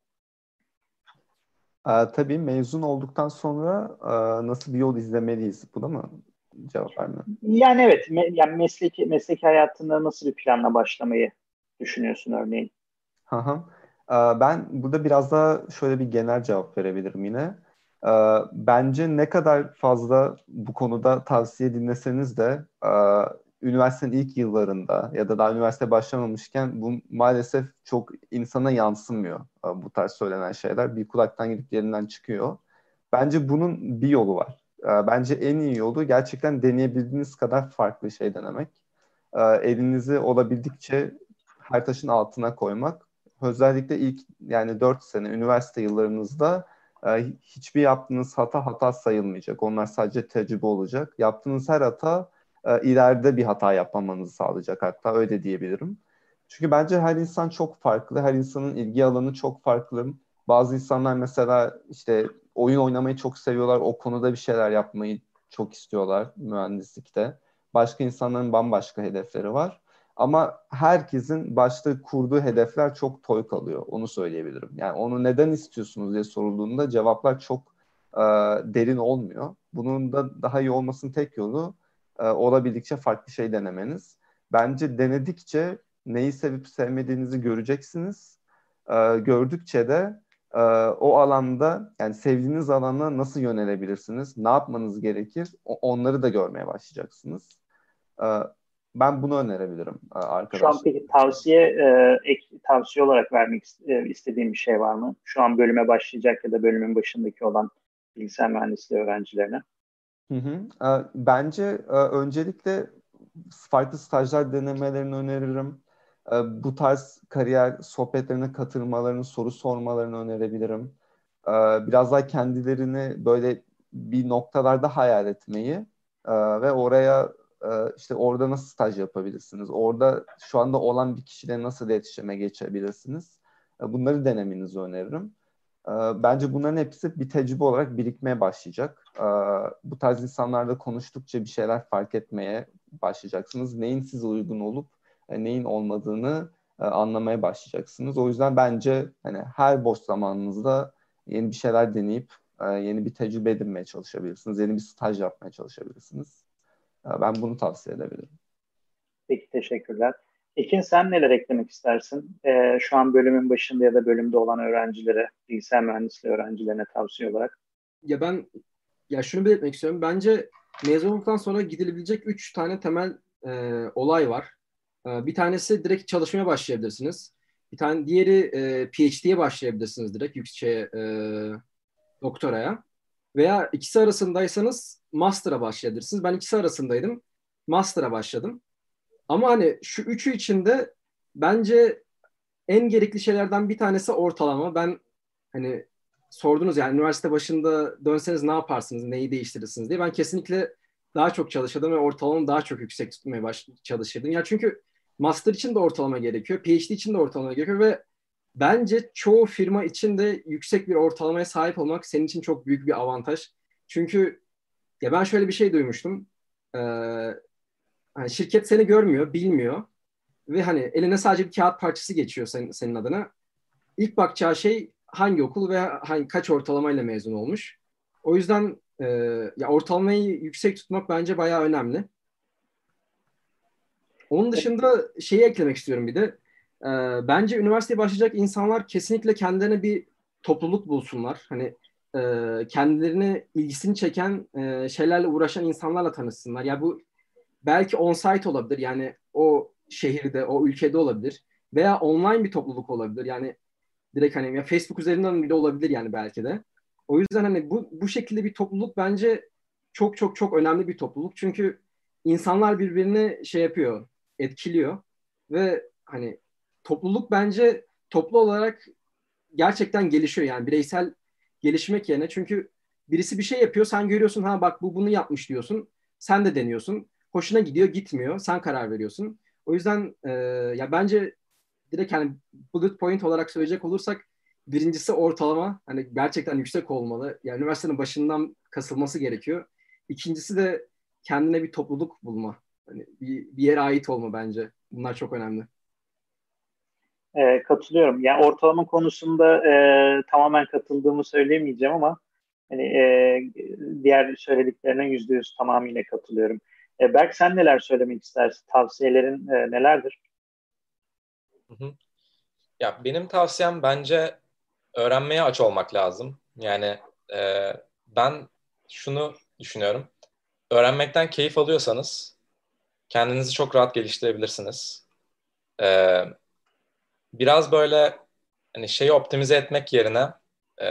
Tabii mezun olduktan sonra nasıl bir yol izlemeliyiz? Buna mı cevap verme? Yani evet, yani mesleki hayatında nasıl bir planla başlamayı düşünüyorsun örneğin? Hı hı. Ben burada biraz daha şöyle bir genel cevap verebilirim yine. Bence ne kadar fazla bu konuda tavsiye dinleseniz de üniversitenin ilk yıllarında ya da daha üniversite başlamamışken bu maalesef çok insana yansımıyor, bu tarz söylenen şeyler. Bir kulaktan gidip yerinden çıkıyor. Bence bunun bir yolu var. Bence en iyi yolu gerçekten deneyebildiğiniz kadar farklı şey denemek. Elinizi olabildikçe her taşın altına koymak. Özellikle ilk yani 4 sene üniversite yıllarınızda hiçbir yaptığınız hata sayılmayacak. Onlar sadece tecrübe olacak. Yaptığınız her hata ileride bir hata yapmamanızı sağlayacak, hatta öyle diyebilirim. Çünkü bence her insan çok farklı. Her insanın ilgi alanı çok farklı. Bazı insanlar mesela işte oyun oynamayı çok seviyorlar. O konuda bir şeyler yapmayı çok istiyorlar mühendislikte. Başka insanların bambaşka hedefleri var. Ama herkesin başta kurduğu hedefler çok toy kalıyor. Onu söyleyebilirim. Yani onu neden istiyorsunuz diye sorulduğunda cevaplar çok derin olmuyor. Bunun da daha iyi olmasının tek yolu olabildikçe farklı şey denemeniz. Bence denedikçe neyi sevip sevmediğinizi göreceksiniz. Gördükçe de o alanda yani sevdiğiniz alana nasıl yönelebilirsiniz? Ne yapmanız gerekir? Onları da görmeye başlayacaksınız. Ee, Ben bunu önerebilirim Şu an arkadaşlar. peki tavsiye olarak vermek istediğim bir şey var mı? Şu an bölüme başlayacak ya da bölümün başındaki olan bilgisayar mühendisliği öğrencilerine. Hı hı. Bence öncelikle farklı stajlar denemelerini öneririm. Bu tarz kariyer sohbetlerine katılmalarını, soru sormalarını önerebilirim. Biraz daha kendilerini böyle bir noktalarda hayal etmeyi ve oraya işte orada nasıl staj yapabilirsiniz? Orada şu anda olan bir kişiyle nasıl iletişime geçebilirsiniz? Bunları denemenizi öneririm. Bence bunların hepsi bir tecrübe olarak birikmeye başlayacak. Bu tarz insanlarla konuştukça bir şeyler fark etmeye başlayacaksınız. Neyin size uygun olup neyin olmadığını anlamaya başlayacaksınız. O yüzden bence hani her boş zamanınızda yeni bir şeyler deneyip yeni bir tecrübe edinmeye çalışabilirsiniz. Yeni bir staj yapmaya çalışabilirsiniz. Ben bunu tavsiye edebilirim. Peki, teşekkürler. Ekin, sen neler eklemek istersin? Şu an bölümün başında ya da bölümde olan öğrencilere, bilgisayar mühendisliği öğrencilerine tavsiye olarak. Ya ben şunu belirtmek istiyorum. Bence mezun olduktan sonra gidilebilecek 3 tane temel olay var. Bir tanesi direkt çalışmaya başlayabilirsiniz. Bir tane diğeri PhD'ye başlayabilirsiniz direkt doktoraya. Veya ikisi arasındaysanız master'a başlayabilirsiniz. Ben ikisi arasındaydım. Master'a başladım. Ama hani şu üçü içinde bence en gerekli şeylerden bir tanesi ortalama. Ben hani sordunuz yani üniversite başında dönseniz ne yaparsınız, neyi değiştirirsiniz diye. Ben kesinlikle daha çok çalışırdım ve ortalamamı daha çok yüksek tutmaya çalışırdım. Ya çünkü master için de ortalama gerekiyor, PhD için de ortalama gerekiyor ve bence çoğu firma için de yüksek bir ortalamaya sahip olmak senin için çok büyük bir avantaj. Çünkü ya ben şöyle bir şey duymuştum. Ee, Hani şirket seni görmüyor, bilmiyor ve hani eline sadece bir kağıt parçası geçiyor senin adına. İlk bakacağı şey hangi okul ve kaç ortalamayla mezun olmuş. O yüzden ya ortalamayı yüksek tutmak bence bayağı önemli. Onun dışında şeyi eklemek istiyorum bir de. Bence üniversiteye başlayacak insanlar kesinlikle kendilerine bir topluluk bulsunlar. Hani kendilerini ilgisini çeken şeylerle uğraşan insanlarla tanışsınlar. Ya bu belki on-site olabilir. Yani o şehirde, o ülkede olabilir. Veya online bir topluluk olabilir. Yani direkt hani ya Facebook üzerinden bile olabilir yani belki de. O yüzden hani bu şekilde bir topluluk bence çok çok çok önemli bir topluluk. Çünkü insanlar birbirini şey yapıyor, etkiliyor ve hani topluluk bence toplu olarak gerçekten gelişiyor yani bireysel gelişmek yerine. Çünkü birisi bir şey yapıyor, sen görüyorsun ha bak bu bunu yapmış diyorsun. Sen de deniyorsun. Hoşuna gidiyor, gitmiyor. Sen karar veriyorsun. O yüzden ya bence direkt hani bullet point olarak söyleyecek olursak birincisi ortalama hani gerçekten yüksek olmalı. Yani üniversitenin başından kasılması gerekiyor. İkincisi de kendine bir topluluk bulma. Hani bir yere ait olma bence. Bunlar çok önemli. Katılıyorum. Yani ortalama konusunda tamamen katıldığımı söyleyemeyeceğim ama hani diğer söylediklerine %100 tamamıyla katılıyorum. Berk sen neler söylemek istersin? Tavsiyelerin nelerdir? Hı hı. Ya benim tavsiyem bence öğrenmeye aç olmak lazım. Yani ben şunu düşünüyorum. Öğrenmekten keyif alıyorsanız kendinizi çok rahat geliştirebilirsiniz. E, Biraz böyle hani şeyi optimize etmek yerine e,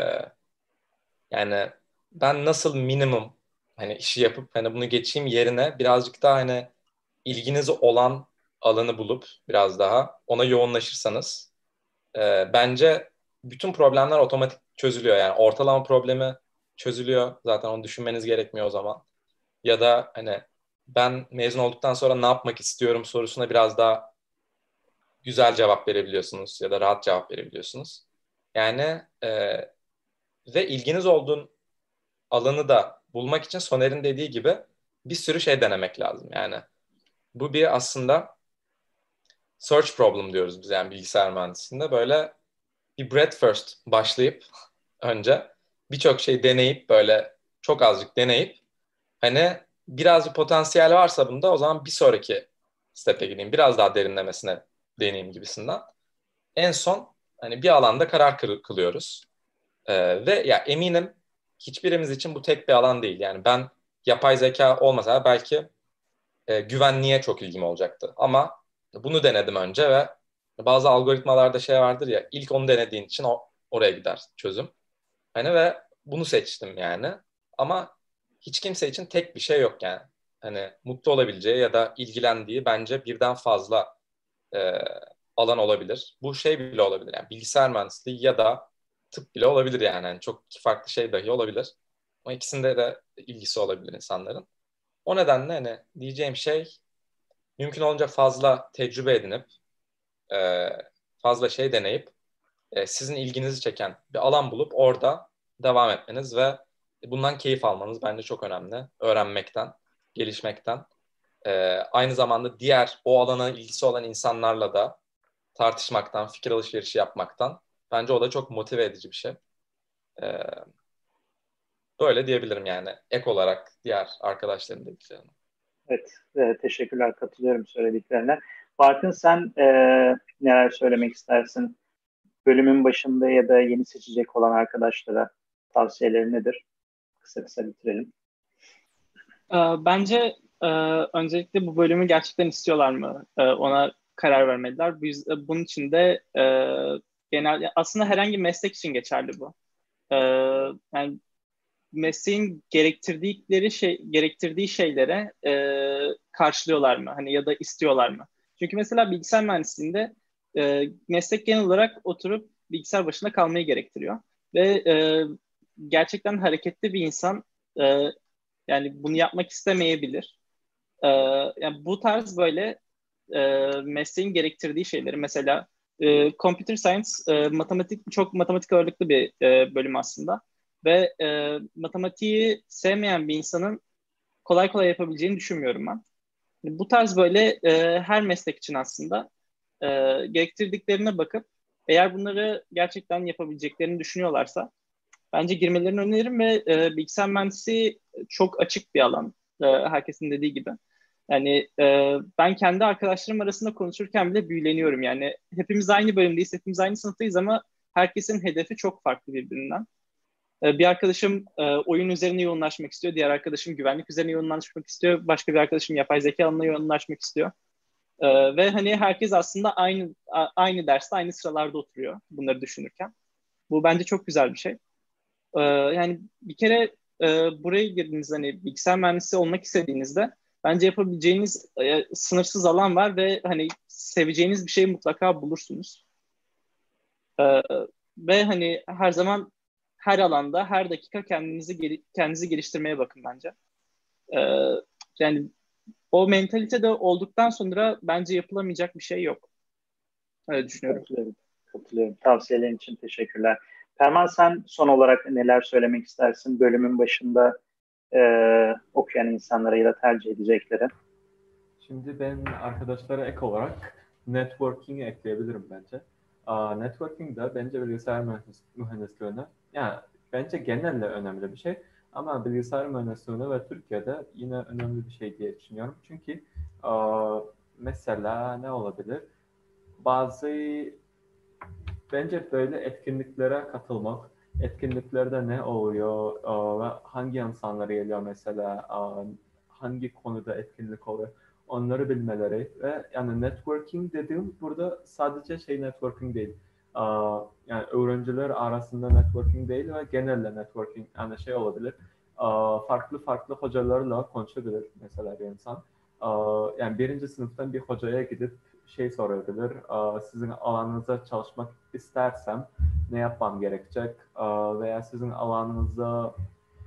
yani ben nasıl minimum hani işi yapıp hani bunu geçeyim yerine birazcık daha hani ilginiz olan alanı bulup biraz daha ona yoğunlaşırsanız bence bütün problemler otomatik çözülüyor. Yani ortalama problemi çözülüyor. Zaten onu düşünmeniz gerekmiyor o zaman. Ya da hani ben mezun olduktan sonra ne yapmak istiyorum sorusuna biraz daha güzel cevap verebiliyorsunuz ya da rahat cevap verebiliyorsunuz. Yani ve ilginiz olduğun alanı da bulmak için Soner'in dediği gibi bir sürü şey denemek lazım. Yani bu bir aslında search problem diyoruz biz yani bilgisayar mühendisliğinde. Böyle bir breadth first başlayıp önce birçok şey deneyip böyle çok azıcık deneyip hani biraz bir potansiyel varsa bunda o zaman bir sonraki step'e gideyim. Biraz daha derinlemesine deneyeyim gibisinden. En son hani bir alanda karar kılıyoruz. Ve ya eminim hiçbirimiz için bu tek bir alan değil. Yani ben yapay zeka olmasa belki güvenliğe çok ilgim olacaktı. Ama bunu denedim önce ve bazı algoritmalarda şey vardır ya ilk onu denediğin için oraya gider çözüm. Hani ve bunu seçtim yani. Ama hiç kimse için tek bir şey yok yani. Hani mutlu olabileceği ya da ilgilendiği bence birden fazla e, alan olabilir. Bu şey bile olabilir yani bilgisayar mühendisliği ya da tıp bile olabilir yani. Yani çok farklı şey dahi olabilir. Ama ikisinde de ilgisi olabilir insanların. O nedenle hani diyeceğim şey mümkün olunca fazla tecrübe edinip e, fazla şey deneyip sizin ilginizi çeken bir alan bulup orada devam etmeniz ve bundan keyif almanız bence çok önemli. Öğrenmekten, gelişmekten. Aynı zamanda diğer o alana ilgisi olan insanlarla da tartışmaktan, fikir alışverişi yapmaktan. Bence o da çok motive edici bir şey. Ee, Böyle diyebilirim yani. Ek olarak diğer arkadaşların dediklerine. Evet, teşekkürler. Katılıyorum söylediklerine. Barkın sen neler söylemek istersin? Bölümün başında ya da yeni seçecek olan arkadaşlara tavsiyeleri nedir? Kısa kısa bitirelim. Bence öncelikle bu bölümü gerçekten istiyorlar mı? Ona karar vermeliler. Bunun için de genel aslında herhangi meslek için geçerli bu. E, Yani mesleğin gerektirdiği şeylere karşılıyorlar mı? Hani ya da istiyorlar mı? Çünkü mesela bilgisayar mühendisliğinde meslek genel olarak oturup bilgisayar başında kalmayı gerektiriyor ve gerçekten hareketli bir insan e, yani bunu yapmak istemeyebilir. Ee, Yani bu tarz böyle mesleğin gerektirdiği şeyleri mesela computer science çok matematik ağırlıklı bir bölüm aslında ve matematiği sevmeyen bir insanın kolay kolay yapabileceğini düşünmüyorum ben. Bu tarz böyle her meslek için aslında e, gerektirdiklerine bakıp eğer bunları gerçekten yapabileceklerini düşünüyorlarsa bence girmelerini öneririm ve bilgisayar mühendisliği çok açık bir alan. Herkesin dediği gibi. Yani ben kendi arkadaşlarım arasında konuşurken bile büyüleniyorum. Yani hepimiz aynı bölümdeyiz, hepimiz aynı sınıftayız ama herkesin hedefi çok farklı birbirinden. Bir arkadaşım oyun üzerine yoğunlaşmak istiyor, diğer arkadaşım güvenlik üzerine yoğunlaşmak istiyor, başka bir arkadaşım yapay zeka alanına yoğunlaşmak istiyor. Ve hani herkes aslında aynı derste, aynı sıralarda oturuyor bunları düşünürken. Bu bence çok güzel bir şey. Yani bir kere buraya girdiğinizde hani bilgisayar mühendisi olmak istediğinizde bence yapabileceğiniz sınırsız alan var ve hani seveceğiniz bir şeyi mutlaka bulursunuz. E, Ve hani her zaman her alanda her dakika kendinizi geliştirmeye bakın bence. E, Yani o mentalitede olduktan sonra bence yapılamayacak bir şey yok. Öyle düşünüyorum. Katılıyorum. katılıyorum. Tavsiyelerin için teşekkürler. Perman, sen son olarak neler söylemek istersin bölümün başında okuyan insanlara ya da tercih edecekleri? Şimdi ben arkadaşlara ek olarak networking'i ekleyebilirim bence. Networking de bence bilgisayar mühendisliğine, yani bence genelde önemli bir şey. Ama bilgisayar mühendisliğine ve Türkiye'de yine önemli bir şey diye düşünüyorum. Çünkü mesela ne olabilir? Bazı bence böyle etkinliklere katılmak, etkinliklerde ne oluyor ve hangi insanlar geliyor mesela, hangi konuda etkinlik oluyor, onları bilmeleri ve yani networking dediğim burada sadece networking değil. Yani öğrenciler arasında networking değil ve genelde networking, yani olabilir. Farklı farklı hocalarla konuşabilir mesela bir insan. Yani birinci sınıftan bir hocaya gidip sorabilir. Sizin alanınıza çalışmak istersem ne yapmam gerekecek? Veya sizin alanınızda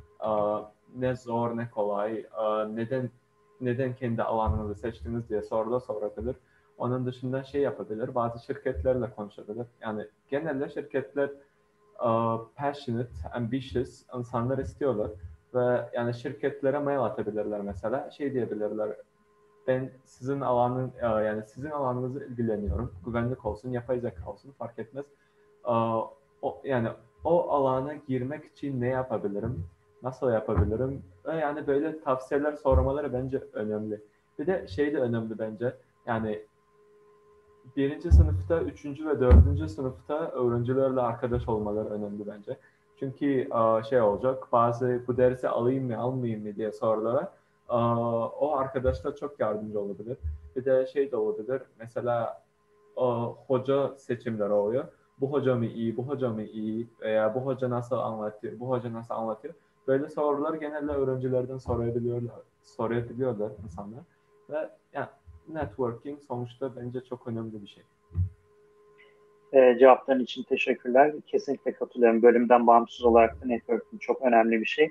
ne zor ne kolay, neden kendi alanınızı seçtiniz diye sorular sorabilir. Onun dışında yapabilir, bazı şirketlerle konuşabilir. Yani genelde şirketler passionate, ambitious insanlar istiyorlar ve yani şirketlere mail atabilirler mesela. Diyebilirler, ben sizin yani sizin alanınızı ilgileniyorum. Güvenlik olsun, yapay zeka olsun fark etmez. Yani o alana girmek için ne yapabilirim? Nasıl yapabilirim? Ve yani böyle tavsiyeler sormaları bence önemli. Bir de de önemli bence. Yani birinci sınıfta, üçüncü ve dördüncü sınıfta öğrencilerle arkadaş olmaları önemli bence. Çünkü olacak, bazı bu dersi alayım mı almayayım mı diye sorulara o arkadaşlar çok yardımcı olabilir. Bir de de olabilir, mesela hoca seçimleri oluyor. Bu hoca mı iyi, bu hoca mı iyi veya bu hoca nasıl anlatıyor, bu hoca nasıl anlatıyor. Böyle sorular genelde öğrencilerden sorabiliyorlar insanlar. Ve yani networking sonuçta bence çok önemli bir şey. Cevapların için teşekkürler. Kesinlikle katılıyorum. Bölümden bağımsız olarak da networking çok önemli bir şey.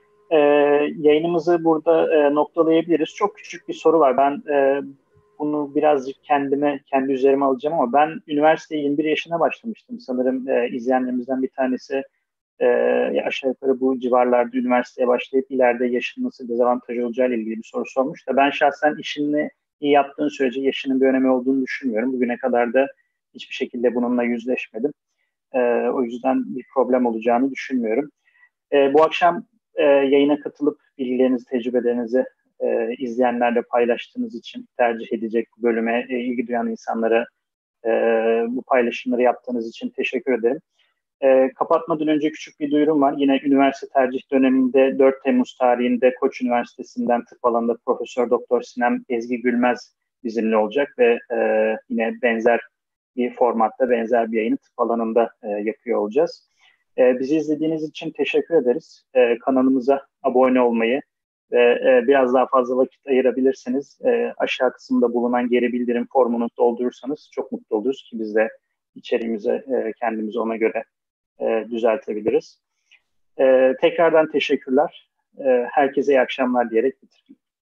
Yayınımızı burada noktalayabiliriz. Çok küçük bir soru var. Ben bunu birazcık kendi üzerime alacağım ama ben üniversiteye 21 yaşına başlamıştım. Sanırım izleyenlerimizden bir tanesi aşağı yukarı bu civarlarda üniversiteye başlayıp ileride yaşın nasıl dezavantajı olacağıyla ilgili bir soru sormuş da ben şahsen işini iyi yaptığın sürece yaşının bir önemi olduğunu düşünmüyorum. Bugüne kadar da hiçbir şekilde bununla yüzleşmedim. O yüzden bir problem olacağını düşünmüyorum. Bu akşam yayına katılıp bilgilerinizi, tecrübelerinizi izleyenlerle paylaştığınız için, tercih edecek bu bölüme ilgi duyan insanlara bu paylaşımları yaptığınız için teşekkür ederim. Kapatmadan önce küçük bir duyurum var. Yine üniversite tercih döneminde 4 Temmuz tarihinde Koç Üniversitesi'nden tıp alanında Profesör Doktor Sinem Ezgi Gülmez bizimle olacak ve yine benzer bir formatta, benzer bir yayını tıp alanında yapıyor olacağız. Bizi izlediğiniz için teşekkür ederiz. Kanalımıza abone olmayı ve biraz daha fazla vakit ayırabilirsiniz. Aşağı kısımda bulunan geri bildirim formunu doldurursanız çok mutlu oluruz ki biz de içeriğimizi kendimizi ona göre düzeltebiliriz. Tekrardan teşekkürler. Herkese iyi akşamlar diyerek bitirdim.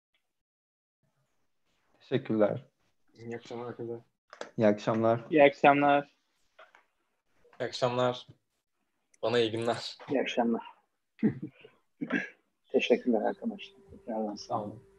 Teşekkürler. İyi akşamlar arkadaşlar. İyi akşamlar. İyi akşamlar. İyi akşamlar. Bana iyi günler. İyi akşamlar. Teşekkürler arkadaşlar. Tekrardan Sağ olun.